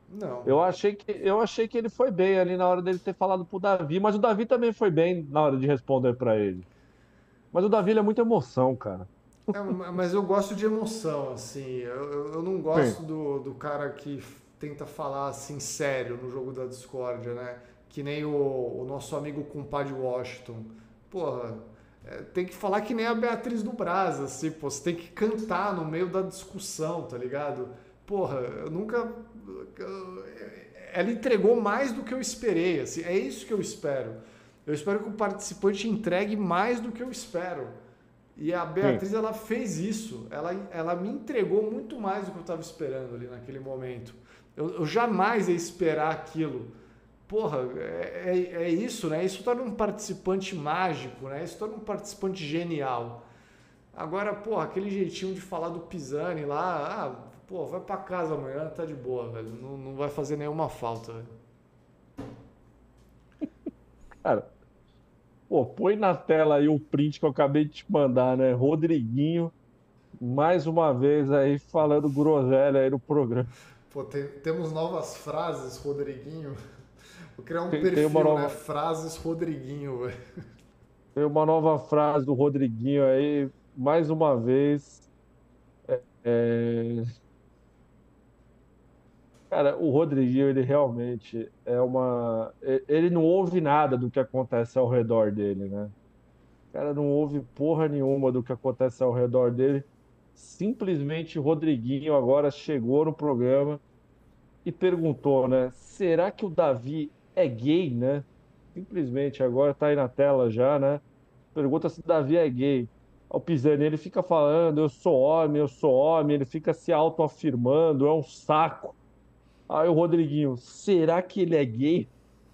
Não. Eu achei que, eu achei que ele foi bem ali na hora dele ter falado pro Davi, mas o Davi também foi bem na hora de responder para ele. Mas o Davi ele é muita emoção, cara. É, mas eu gosto de emoção, assim. Eu, eu, eu não Sim. gosto do, do cara que tenta falar assim sério no jogo da discórdia, né? Que nem o, o nosso amigo compadre Washington. Porra, é, tem que falar que nem a Beatriz do Brás, assim, pô. Você tem que cantar no meio da discussão, tá ligado? Porra, eu nunca. Ela entregou mais do que eu esperei, assim. É isso que eu espero. Eu espero que o participante entregue mais do que eu espero. E a Sim. Beatriz, ela fez isso. Ela, ela me entregou muito mais do que eu estava esperando ali naquele momento. Eu, eu jamais ia esperar aquilo. Porra, é, é, é isso, né? Isso torna um participante mágico, né? Isso torna um participante genial. Agora, porra, aquele jeitinho de falar do Pisani lá, ah, pô, vai pra casa amanhã, tá de boa, velho. Não, não vai fazer nenhuma falta, velho. Cara, pô, põe na tela aí o print que eu acabei de te mandar, né? Rodriguinho, mais uma vez aí falando groselha aí no programa. Pô, tem- temos novas frases, Rodriguinho. Vou criar um Tem, tem uma perfil, né? nova, Frases Rodriguinho, velho. tem uma nova frase do Rodriguinho aí, mais uma vez. É, Cara, o Rodriguinho, ele realmente é uma. e- Ele não ouve nada do que acontece ao redor dele, né? O cara não ouve porra nenhuma do que acontece ao redor dele. Simplesmente o Rodriguinho agora chegou no programa e perguntou, né? Será que o Davi é gay, né? Simplesmente agora tá aí na tela já, né? Pergunta se o Davi é gay. O Pisani, ele fica falando, eu sou homem, eu sou homem, ele fica se autoafirmando, é um saco. Aí o Rodriguinho, será que ele é gay?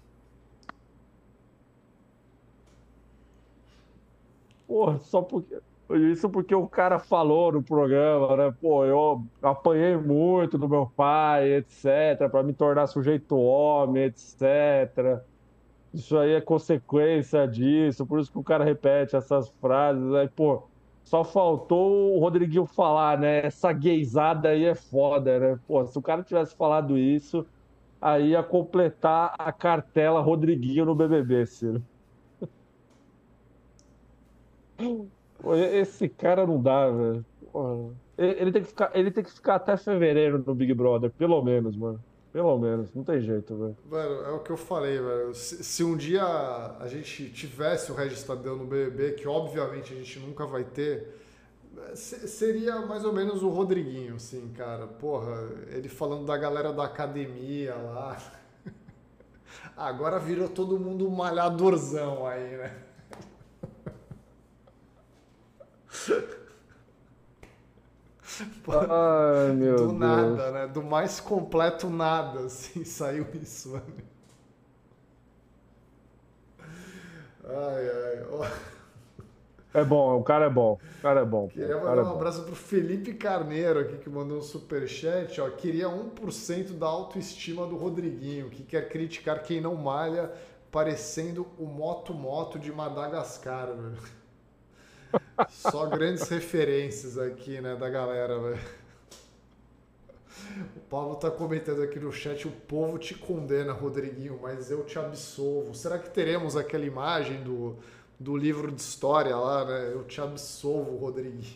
Porra, só porque. Isso porque o cara falou no programa, né? Pô, eu apanhei muito do meu pai, etcétera, para me tornar sujeito homem, etcétera. Isso aí é consequência disso, por isso que o cara repete essas frases. Aí, pô, só faltou o Rodriguinho falar, né? Essa gaysada aí é foda, né? Pô, se o cara tivesse falado isso, aí ia completar a cartela Rodriguinho no B B B, Ciro. Pô, esse cara não dá, velho. Porra. Ele ele tem que ficar, ele tem que ficar até fevereiro no Big Brother, pelo menos, mano. Pelo menos, não tem jeito, velho. Mano, é o que eu falei, velho. Se, se um dia a gente tivesse o Regis Tadeu no B B B, que obviamente a gente nunca vai ter, se- seria mais ou menos o Rodriguinho, assim, cara. Porra, ele falando da galera da academia lá. Agora virou todo mundo um malhadorzão aí, né? Ai, meu Do Deus. nada, né? Do mais completo nada, assim, saiu isso, mano. Ai, ai. Ó, É bom, o cara é bom. O cara é bom, pô. O queria cara mandar é um bom. abraço pro Felipe Carneiro aqui, que mandou um superchat, ó. Queria um por cento da autoestima do Rodriguinho, que quer criticar quem não malha, parecendo o Moto Moto de Madagascar, velho. Só grandes referências aqui, né, da galera, velho. O Paulo tá comentando aqui no chat, o povo te condena, Rodriguinho, mas eu te absolvo. Será que teremos aquela imagem do, do livro de história lá, né? Eu te absolvo, Rodriguinho.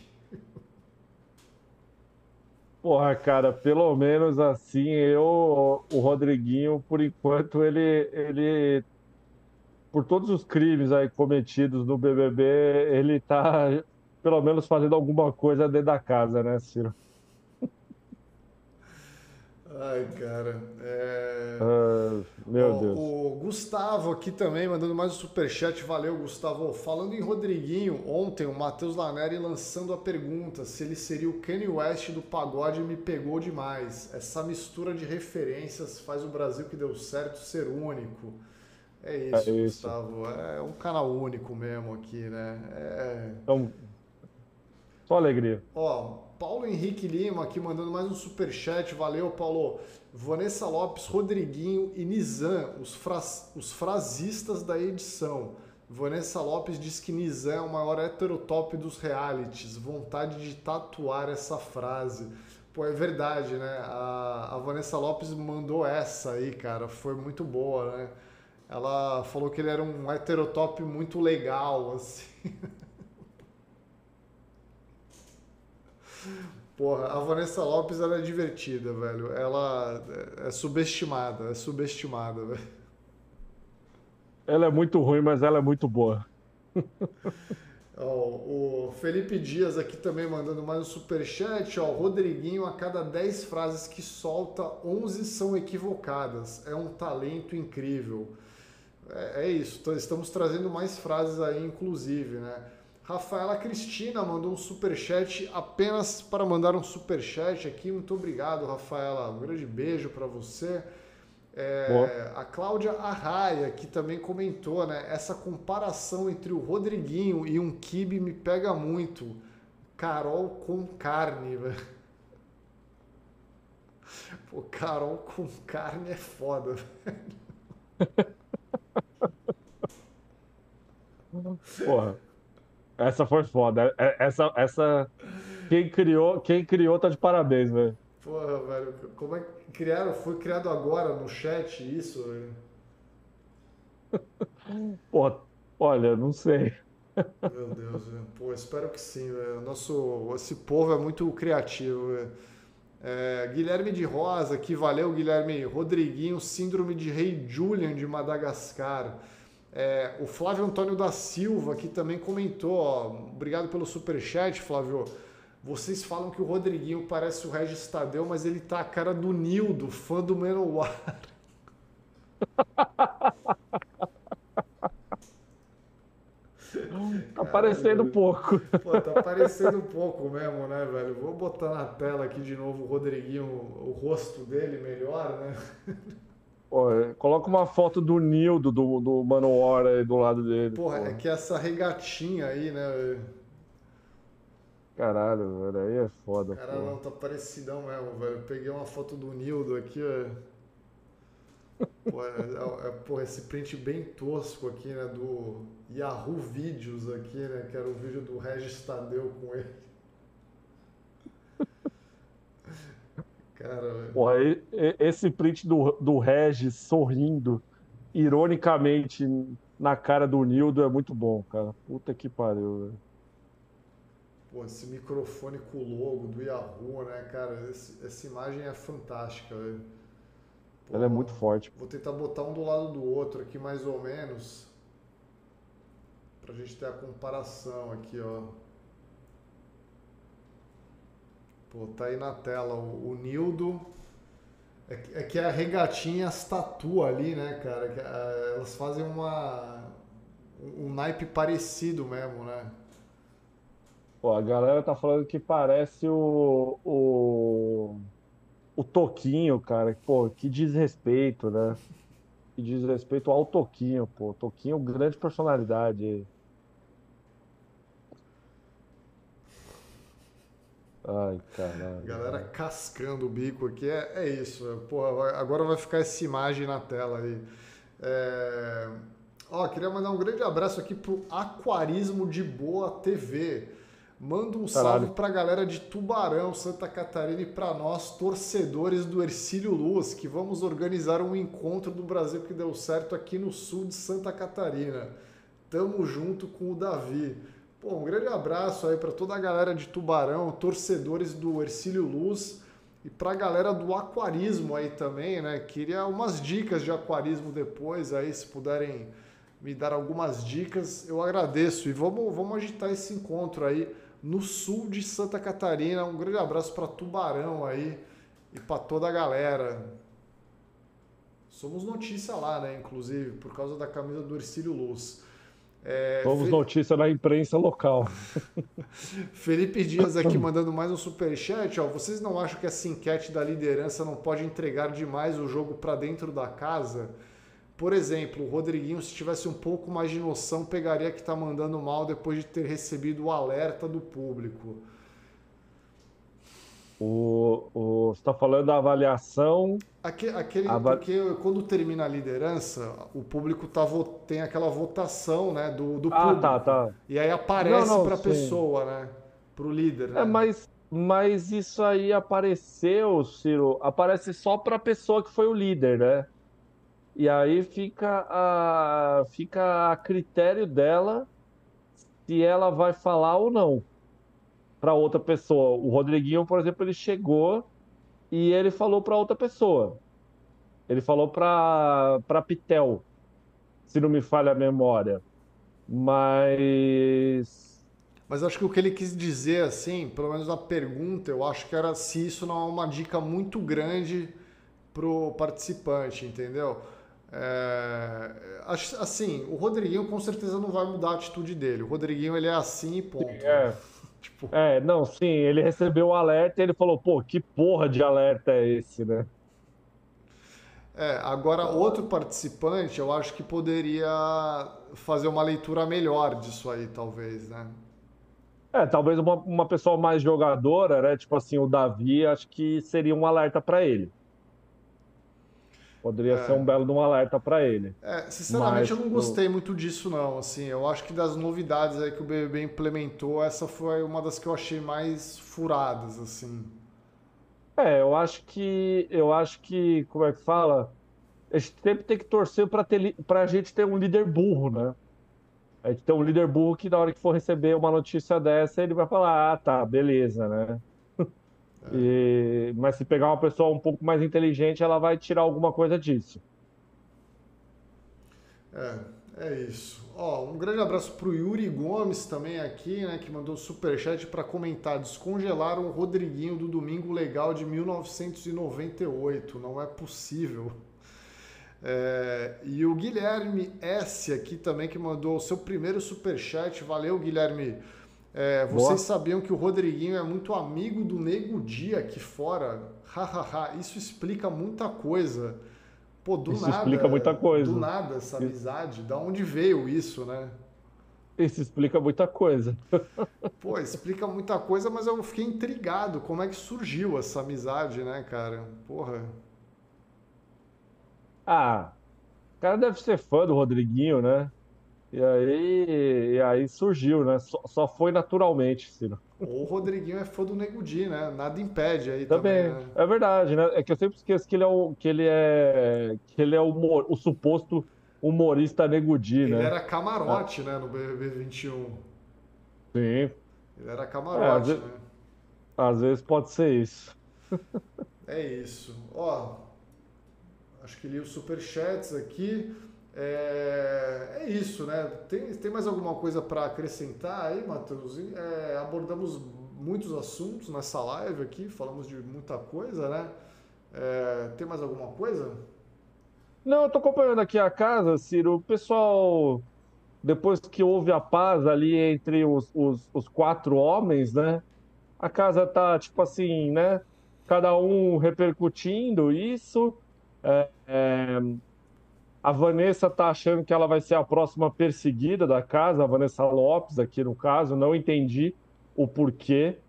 Porra, cara, pelo menos assim, eu, o Rodriguinho, por enquanto, ele, ele, por todos os crimes aí cometidos no B B B, ele tá, pelo menos, fazendo alguma coisa dentro da casa, né, Ciro? Ai, cara. É... Ah, meu Ó, Deus. o Gustavo aqui também, mandando mais um superchat. Valeu, Gustavo. Falando em Rodriguinho, ontem o Matheus Laneri lançando a pergunta se ele seria o Kanye West do pagode me pegou demais. Essa mistura de referências faz o Brasil que deu certo ser único. É É isso, isso. Gustavo. É um canal único mesmo aqui, né? É... Então, só alegria. Ó, Paulo Henrique Lima aqui mandando mais um superchat. Valeu, Paulo. Vanessa Lopes, Rodriguinho e Nizam, os, fras, os frasistas da edição. Vanessa Lopes diz que Nizam é o maior heterotop dos realities. Vontade de tatuar essa frase. Pô, é verdade, né? A, a Vanessa Lopes mandou essa aí, cara. Foi muito boa, né? Ela falou que ele era um heterotop muito legal, assim. Porra, a Vanessa Lopes, ela é divertida, velho. Ela é subestimada, é subestimada, velho. Ela é muito ruim, mas ela é muito boa. Ó, o Felipe Dias aqui também mandando mais um superchat. Ó, o Rodriguinho, a cada dez frases que solta, onze são equivocadas. É um talento incrível. É, é isso, t- estamos trazendo mais frases aí, inclusive, né? Rafaela Cristina mandou um superchat apenas para mandar um superchat aqui. Muito obrigado, Rafaela. Um grande beijo para você. Boa. É, a Cláudia Arraia, que também comentou, né? Essa comparação entre o Rodriguinho e um quibe me pega muito. Carol com carne, velho. Pô, Carol com carne é foda, velho. Porra, essa foi foda. É- Essa, essa, quem criou, quem criou tá de parabéns, velho. Porra, velho. Como é que criaram? Foi criado agora no chat isso, velho? Porra, olha, não sei. Meu Deus, velho. Pô, espero que sim, velho. Nosso, esse povo é muito criativo, velho. É, Guilherme de Rosa, que valeu, Guilherme. Rodriguinho, Síndrome de Rei Julian de Madagascar. É, o Flávio Antônio da Silva, que também comentou, ó, obrigado pelo superchat, Flávio. Vocês falam que o Rodriguinho parece o Regis Tadeu, mas ele tá a cara do Nildo, fã do Manowar. Tá Caralho, parecendo um velho. pouco. Pô, tá parecendo um pouco mesmo, né, velho? Vou botar na tela aqui de novo o Rodriguinho, o rosto dele melhor, né? Pô, coloca uma foto do Nildo, do, do Manowar aí do lado dele, Porra, é porra. que essa regatinha aí, né, velho? Caralho, velho, aí é foda, Cara, porra. não, tá parecidão mesmo, velho. Eu peguei uma foto do Nildo aqui, ó. Pô, é, é, é, pô, esse print bem tosco aqui, né, do Yahoo Vídeos aqui, né, que era o vídeo do Regis Tadeu com ele. Cara, velho. Porra, e- e- esse print do, do Regis sorrindo, ironicamente, na cara do Nildo é muito bom, cara. Puta que pariu, velho. Pô, esse microfone com o logo do Yahoo, né, cara? Esse- essa imagem é fantástica, velho. Ela é Pô, muito forte. vou tentar botar um do lado do outro aqui, mais ou menos, pra gente ter a comparação aqui, ó. Pô, tá aí na tela o, o Nildo. É, que é que a regatinha as tatua ali, né, cara? Que, ah, elas fazem uma, um, um naipe parecido mesmo, né? Pô, a galera tá falando que parece o, o, o Toquinho, cara. Pô, que desrespeito, né? Que desrespeito ao Toquinho, pô. Toquinho, grande personalidade. Ai, caralho, Galera velho. cascando o bico aqui, é, é isso. Né? Porra, vai- agora vai ficar essa imagem na tela aí. É... Ó, queria mandar um grande abraço aqui pro Aquarismo de Boa T V. Manda um salve Caralho. pra galera de Tubarão, Santa Catarina e pra nós, torcedores do Hercílio Luz, que vamos organizar um encontro do Brasil que deu certo aqui no sul de Santa Catarina. Tamo junto com o Davi. Pô, um grande abraço aí pra toda a galera de Tubarão, torcedores do Hercílio Luz e pra galera do aquarismo aí também, né? Queria umas dicas de aquarismo depois aí, se puderem me dar algumas dicas, eu agradeço. E vamos, vamos agitar esse encontro aí no sul de Santa Catarina. Um grande abraço para Tubarão aí e para toda a galera. Somos notícia lá, né? Inclusive, por causa da camisa do Hercílio Luz. É, Vamos Fe- notícia na imprensa local. Felipe Dias aqui mandando mais um superchat. Ó, vocês não acham que essa enquete da liderança não pode entregar demais o jogo para dentro da casa? Por exemplo, o Rodriguinho, se tivesse um pouco mais de noção, pegaria que tá mandando mal depois de ter recebido o alerta do público. O, o, você está falando da avaliação. Aque- Aquele, ava- porque quando termina a liderança, o público tá, vo- tem aquela votação, né, do, do Ah, tá, público. tá. E aí Não, aparece não, para a sim. pessoa, né, para o líder, É, né? mas, mas isso aí apareceu, Ciro, aparece só para a pessoa que foi o líder, né? E aí fica a, fica a critério dela se ela vai falar ou não para outra pessoa. O Rodriguinho, por exemplo, ele chegou e ele falou para outra pessoa. Ele falou para para Pitel, se não me falha a memória. Mas Mas acho que o que ele quis dizer, assim, pelo menos na pergunta, eu acho que era se isso não é uma dica muito grande pro participante, entendeu? É, acho- assim, o Rodriguinho com certeza não vai mudar a atitude dele. O Rodriguinho ele é assim e ponto, né? é, Tipo, é, não, sim, ele recebeu o alerta e ele falou, pô, que porra de alerta é esse, né? é, agora outro participante eu acho que poderia fazer uma leitura melhor disso aí, talvez, né? É, talvez uma, uma pessoa mais jogadora, né? Tipo assim, o Davi, acho que seria um alerta para ele. Poderia ser um belo de um alerta para ele. É, sinceramente eu Mas não o- gostei muito disso não, assim, eu acho que das novidades aí que o B B B implementou, essa foi uma das que eu achei mais furadas, assim. é, eu acho que eu acho que, como é que fala? A gente sempre tem que torcer para ter para a gente ter um líder burro, né? A gente tem um líder burro que na hora que for receber uma notícia dessa, ele vai falar, ah, tá, beleza, né? E, mas se pegar uma pessoa um pouco mais inteligente, ela vai tirar alguma coisa disso. É, é isso. Ó, um grande abraço pro Yuri Gomes também aqui, né, que mandou superchat para comentar. Descongelaram o Rodriguinho do Domingo Legal de mil novecentos e noventa e oito. Não é possível. É, e o Guilherme S aqui também que mandou o seu primeiro superchat. Valeu, Guilherme. É, vocês Boa? sabiam que o Rodriguinho é muito amigo do Nego Di aqui fora? Hahaha, isso explica muita coisa. Pô, do Isso explica muita nada, do coisa. nada essa amizade, da onde veio isso, né? Isso explica muita coisa. Pô, explica muita coisa, mas eu fiquei intrigado como é que surgiu essa amizade, né, cara? Porra. Ah, o cara deve ser fã do Rodriguinho, né? E aí, e aí surgiu, né? Só, só foi naturalmente, Ciro. Ou o Rodriguinho é fã do Nego Di, né? Nada impede aí também, Também, né? é verdade, né? É que eu sempre esqueço que ele é o que ele é que ele é o, humor- o suposto humorista Nego Di, Ele né? era Ah, camarote, né, no B B B vinte e um. sim. Ele era É, às camarote, vezes, né? às vezes pode ser isso. É isso. Ó, acho que li os superchats aqui. É, é isso, né? Tem, tem mais alguma coisa para acrescentar aí, Matheus? É, abordamos muitos assuntos nessa live aqui, falamos de muita coisa, né? É, tem mais alguma coisa? Não, eu tô acompanhando aqui a casa, Ciro. O pessoal, depois que houve a paz ali entre os, os, os quatro homens, né? A casa tá tipo assim, né? Cada um repercutindo isso. É, é, a Vanessa tá achando que ela vai ser a próxima perseguida da casa, a Vanessa Lopes, aqui no caso. Não entendi o porquê.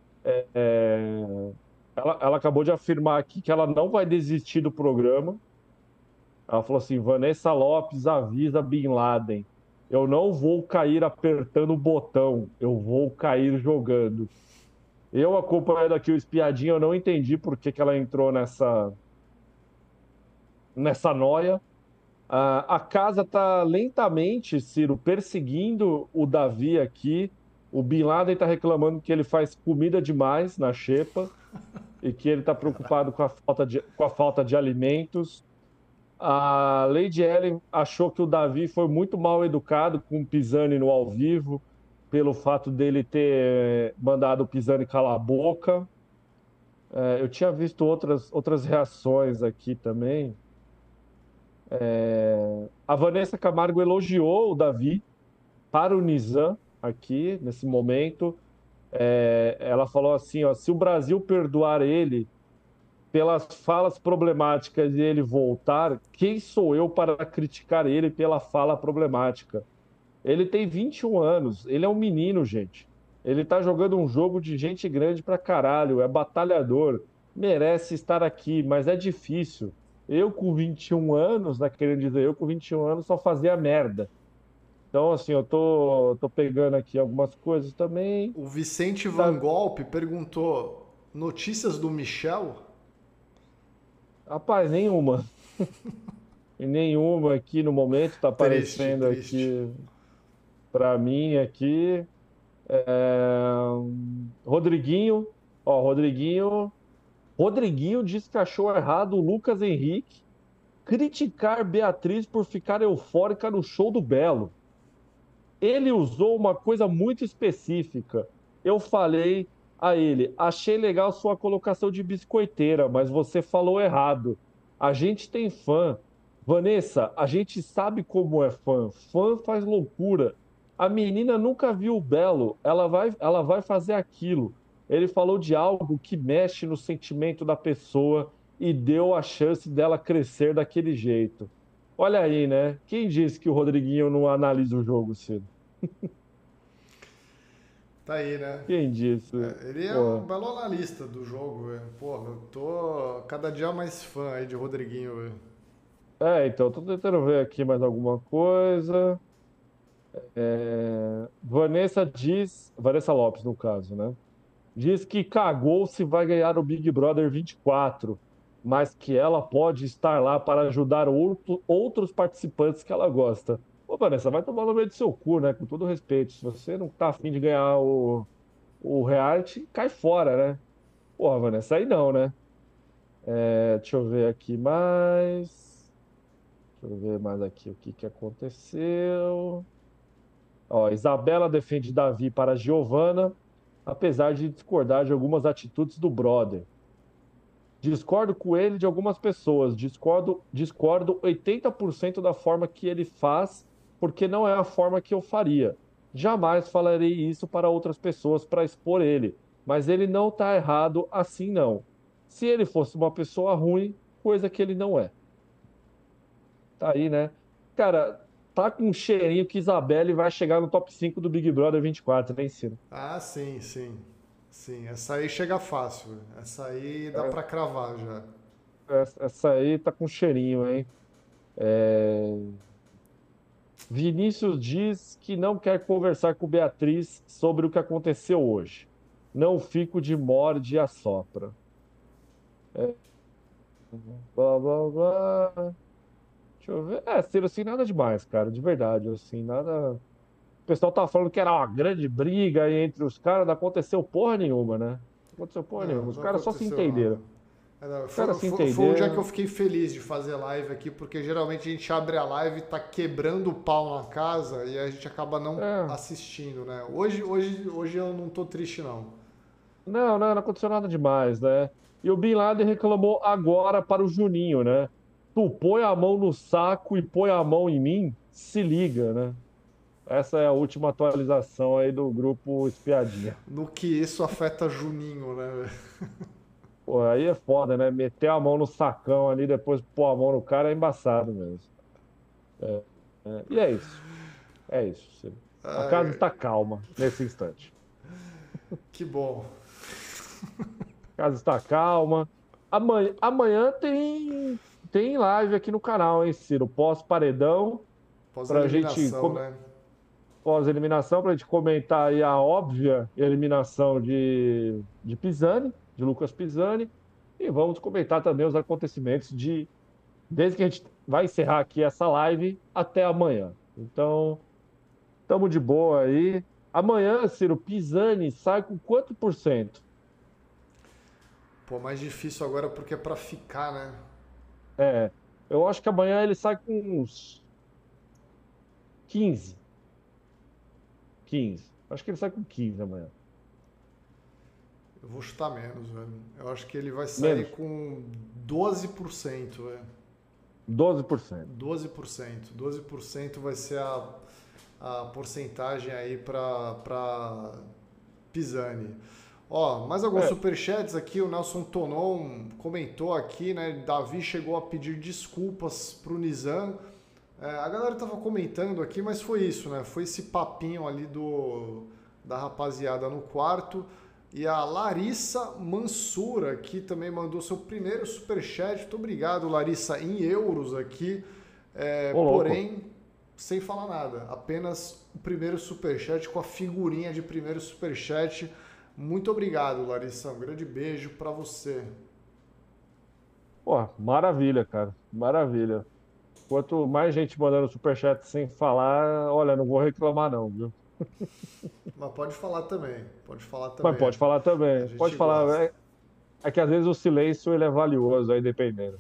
É, ela, ela acabou de afirmar aqui que ela não vai desistir do programa. Ela falou assim: Vanessa Lopes avisa Bin Laden. Eu não vou cair apertando o botão, eu vou cair jogando. Eu acompanhando aqui o espiadinho, eu não entendi por que, que ela entrou nessa, nessa noia. Ah, a casa está lentamente, Ciro, perseguindo o Davi aqui. O Bin Laden está reclamando que ele faz comida demais na xepa e que ele está preocupado com a falta de, com a falta de alimentos. A Lady Ellen achou que o Davi foi muito mal educado com o Pisani no ao vivo, pelo fato dele ter mandado o Pisani calar a boca. É, eu tinha visto outras, outras reações aqui também. É, a Vanessa Camargo elogiou o Davi para o Nizam aqui, nesse momento. É, ela falou assim: ó, se o Brasil perdoar ele pelas falas problemáticas e ele voltar, quem sou eu para criticar ele pela fala problemática? Ele tem vinte e um anos, ele é um menino, gente. Ele tá jogando um jogo de gente grande pra caralho, é batalhador, merece estar aqui, mas é difícil. Eu com vinte e um anos, né, querendo dizer, eu com vinte e um anos só fazia merda. Então, assim, eu tô, tô pegando aqui algumas coisas também. O Vicente Van Da- Golpe perguntou: notícias do Michel? Rapaz, nenhuma. E nenhuma aqui no momento está Triste, aparecendo triste. aqui para mim aqui. É, Rodriguinho, ó, Rodriguinho, Rodriguinho diz que achou errado o Lucas Henrique criticar Beatriz por ficar eufórica no show do Belo. Ele usou uma coisa muito específica. Eu falei a ele: achei legal sua colocação de biscoiteira, mas você falou errado. A gente tem fã. Vanessa, a gente sabe como é fã. Fã faz loucura. A menina nunca viu o Belo. Ela vai, ela vai fazer aquilo. Ele falou de algo que mexe no sentimento da pessoa e deu a chance dela crescer daquele jeito. Olha aí, né? Quem disse que o Rodriguinho não analisa o jogo, Ciro? Tá aí, né? Quem disse? É, ele é um Pô, belo analista do jogo, velho. Porra, eu tô cada dia mais fã aí de Rodriguinho, velho. é, então, tô tentando ver aqui mais alguma coisa. É, Vanessa diz, Vanessa Lopes, no caso, né? Diz que cagou se vai ganhar o Big Brother vinte e quatro, mas que ela pode estar lá para ajudar outro- outros participantes que ela gosta. Ô, Vanessa, vai tomar no meio do seu cu, né? Com todo respeito. Se você não tá afim de ganhar o, o reality, cai fora, né? Porra, Vanessa, aí não, né? É, deixa eu ver aqui mais. Deixa eu ver mais aqui o que que aconteceu. Ó, Isabela defende Davi para Giovanna, apesar de discordar de algumas atitudes do brother. Discordo com ele de algumas pessoas, discordo, discordo oitenta por cento da forma que ele faz, porque não é a forma que eu faria. Jamais falarei isso para outras pessoas para expor ele, mas ele não está errado assim não. Se ele fosse uma pessoa ruim, coisa que ele não é. Tá aí, né? Cara, tá com um cheirinho que Isabelle vai chegar no top cinco do Big Brother vinte e quatro, né, Ciro? Ah, sim, sim. Sim, essa aí chega fácil, velho. Essa aí dá É, pra cravar já. Essa essa aí tá com cheirinho, hein? É, Vinícius diz que não quer conversar com Beatriz sobre o que aconteceu hoje. Não fico de morde e assopra. É, blá, blá, blá. Deixa eu ver. É, Ciro, assim, nada demais, cara, de verdade, assim, nada. O pessoal tá falando que era uma grande briga aí entre os caras, não aconteceu porra nenhuma, né? Não aconteceu porra Não, nenhuma. Os não caras só se aconteceu entenderam. nada. É, não, Os caras Foi, se foi, foi um dia que eu entenderam. fiquei feliz de fazer live aqui, porque geralmente a gente abre a live e tá quebrando o pau na casa e a gente acaba não É. assistindo, né? Hoje, hoje, hoje eu não tô triste, não. Não, não, não aconteceu nada demais, né? E o Bin Laden reclamou agora para o Juninho, né? Tu põe a mão no saco e põe a mão em mim, se liga, né? Essa é a última atualização aí do grupo Espiadinha. No que isso afeta Juninho, né? Pô, aí é foda, né? Meter a mão no sacão ali, depois pôr a mão no cara é embaçado mesmo. É, é. E é isso. É isso, Ciro. A Ai, casa ai, está calma nesse instante. que bom. A casa está calma. Amanhã, amanhã tem, tem live aqui no canal, hein, Ciro? Pós-paredão. Para a gente, Pós-eliminação, come- né? pós-eliminação, para a gente comentar aí a óbvia eliminação de, de Pisani, de Lucas Pisani, e vamos comentar também os acontecimentos de, desde que a gente vai encerrar aqui essa live até amanhã. Então, estamos de boa aí. Amanhã, Ciro, Pisani sai com quanto por cento? Pô, mais difícil agora porque é pra ficar, né? É, eu acho que amanhã ele sai com uns quinze, quinze. Acho que ele sai com quinze amanhã. Eu vou chutar menos, velho. Eu acho que ele vai sair Menos, com doze por cento, velho. doze por cento. doze por cento. doze por cento vai ser a, a porcentagem aí pra, pra Pisani. Ó, mais alguns É, superchats aqui. O Nelson Tonon comentou aqui, né? Davi chegou a pedir desculpas pro Nizam. É, a galera tava comentando aqui, mas foi isso, né? Foi esse papinho ali do da rapaziada no quarto. E a Larissa Mansura, que também mandou seu primeiro superchat. Muito obrigado, Larissa, em euros aqui. É, ô louco. porém, sem falar nada, apenas o primeiro superchat com a figurinha de primeiro superchat. Muito obrigado, Larissa, um grande beijo para você. Pô, maravilha, cara, maravilha. Quanto mais gente mandando superchat sem falar, olha, não vou reclamar não, viu? Mas pode falar também, pode falar Mas também. pode falar A também, gente pode falar. gosta. É, é que às vezes o silêncio ele é valioso, aí dependendo.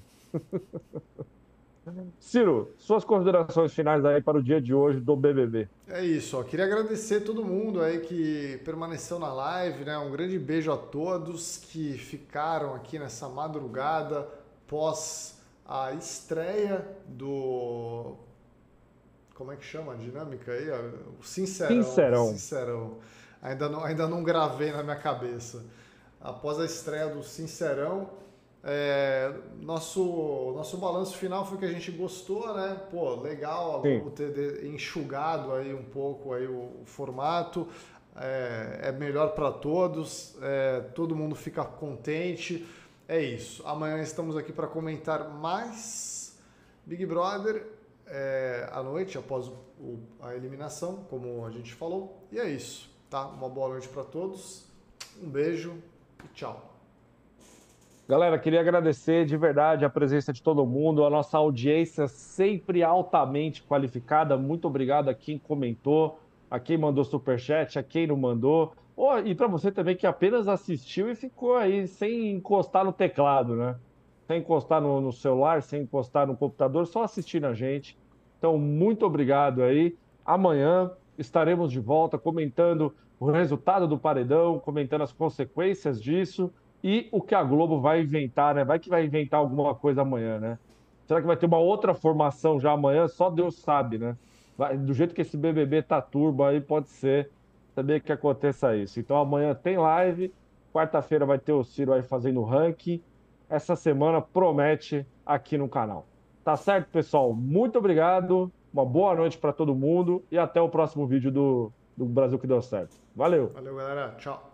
Ciro, suas considerações finais aí para o dia de hoje do B B B. É isso, ó. Queria agradecer todo mundo aí que permaneceu na live, né? Um grande beijo a todos que ficaram aqui nessa madrugada pós a estreia do... Como é que chama a dinâmica aí? O Sincerão. Sincerão. Sincerão. Ainda não, ainda não gravei na minha cabeça. Após a estreia do Sincerão, é, nosso, nosso balanço final foi que a gente gostou, né? Pô, legal a Globo Sim. ter enxugado aí um pouco aí o, o formato. É, é melhor para todos, é, todo mundo fica contente. É isso. Amanhã estamos aqui para comentar mais Big Brother é, à noite, após o, a eliminação, como a gente falou. E é isso, tá? Uma boa noite para todos. Um beijo e tchau. Galera, queria agradecer de verdade a presença de todo mundo, a nossa audiência sempre altamente qualificada. Muito obrigado a quem comentou, a quem mandou superchat, a quem não mandou. Oh, e para você também que apenas assistiu e ficou aí sem encostar no teclado, né? Sem encostar no, no celular, sem encostar no computador, só assistindo a gente. Então, muito obrigado aí. Amanhã estaremos de volta comentando o resultado do paredão, comentando as consequências disso e o que a Globo vai inventar, né? Vai que vai inventar alguma coisa amanhã, né? Será que vai ter uma outra formação já amanhã? Só Deus sabe, né? Vai, do jeito que esse B B B tá turbo aí, pode ser também que aconteça isso. Então amanhã tem live, quarta-feira vai ter o Ciro aí fazendo ranking. Essa semana promete aqui no canal. Tá certo, pessoal? Muito obrigado, uma boa noite para todo mundo e até o próximo vídeo do, do Brasil que deu certo. Valeu! Valeu, galera. Tchau.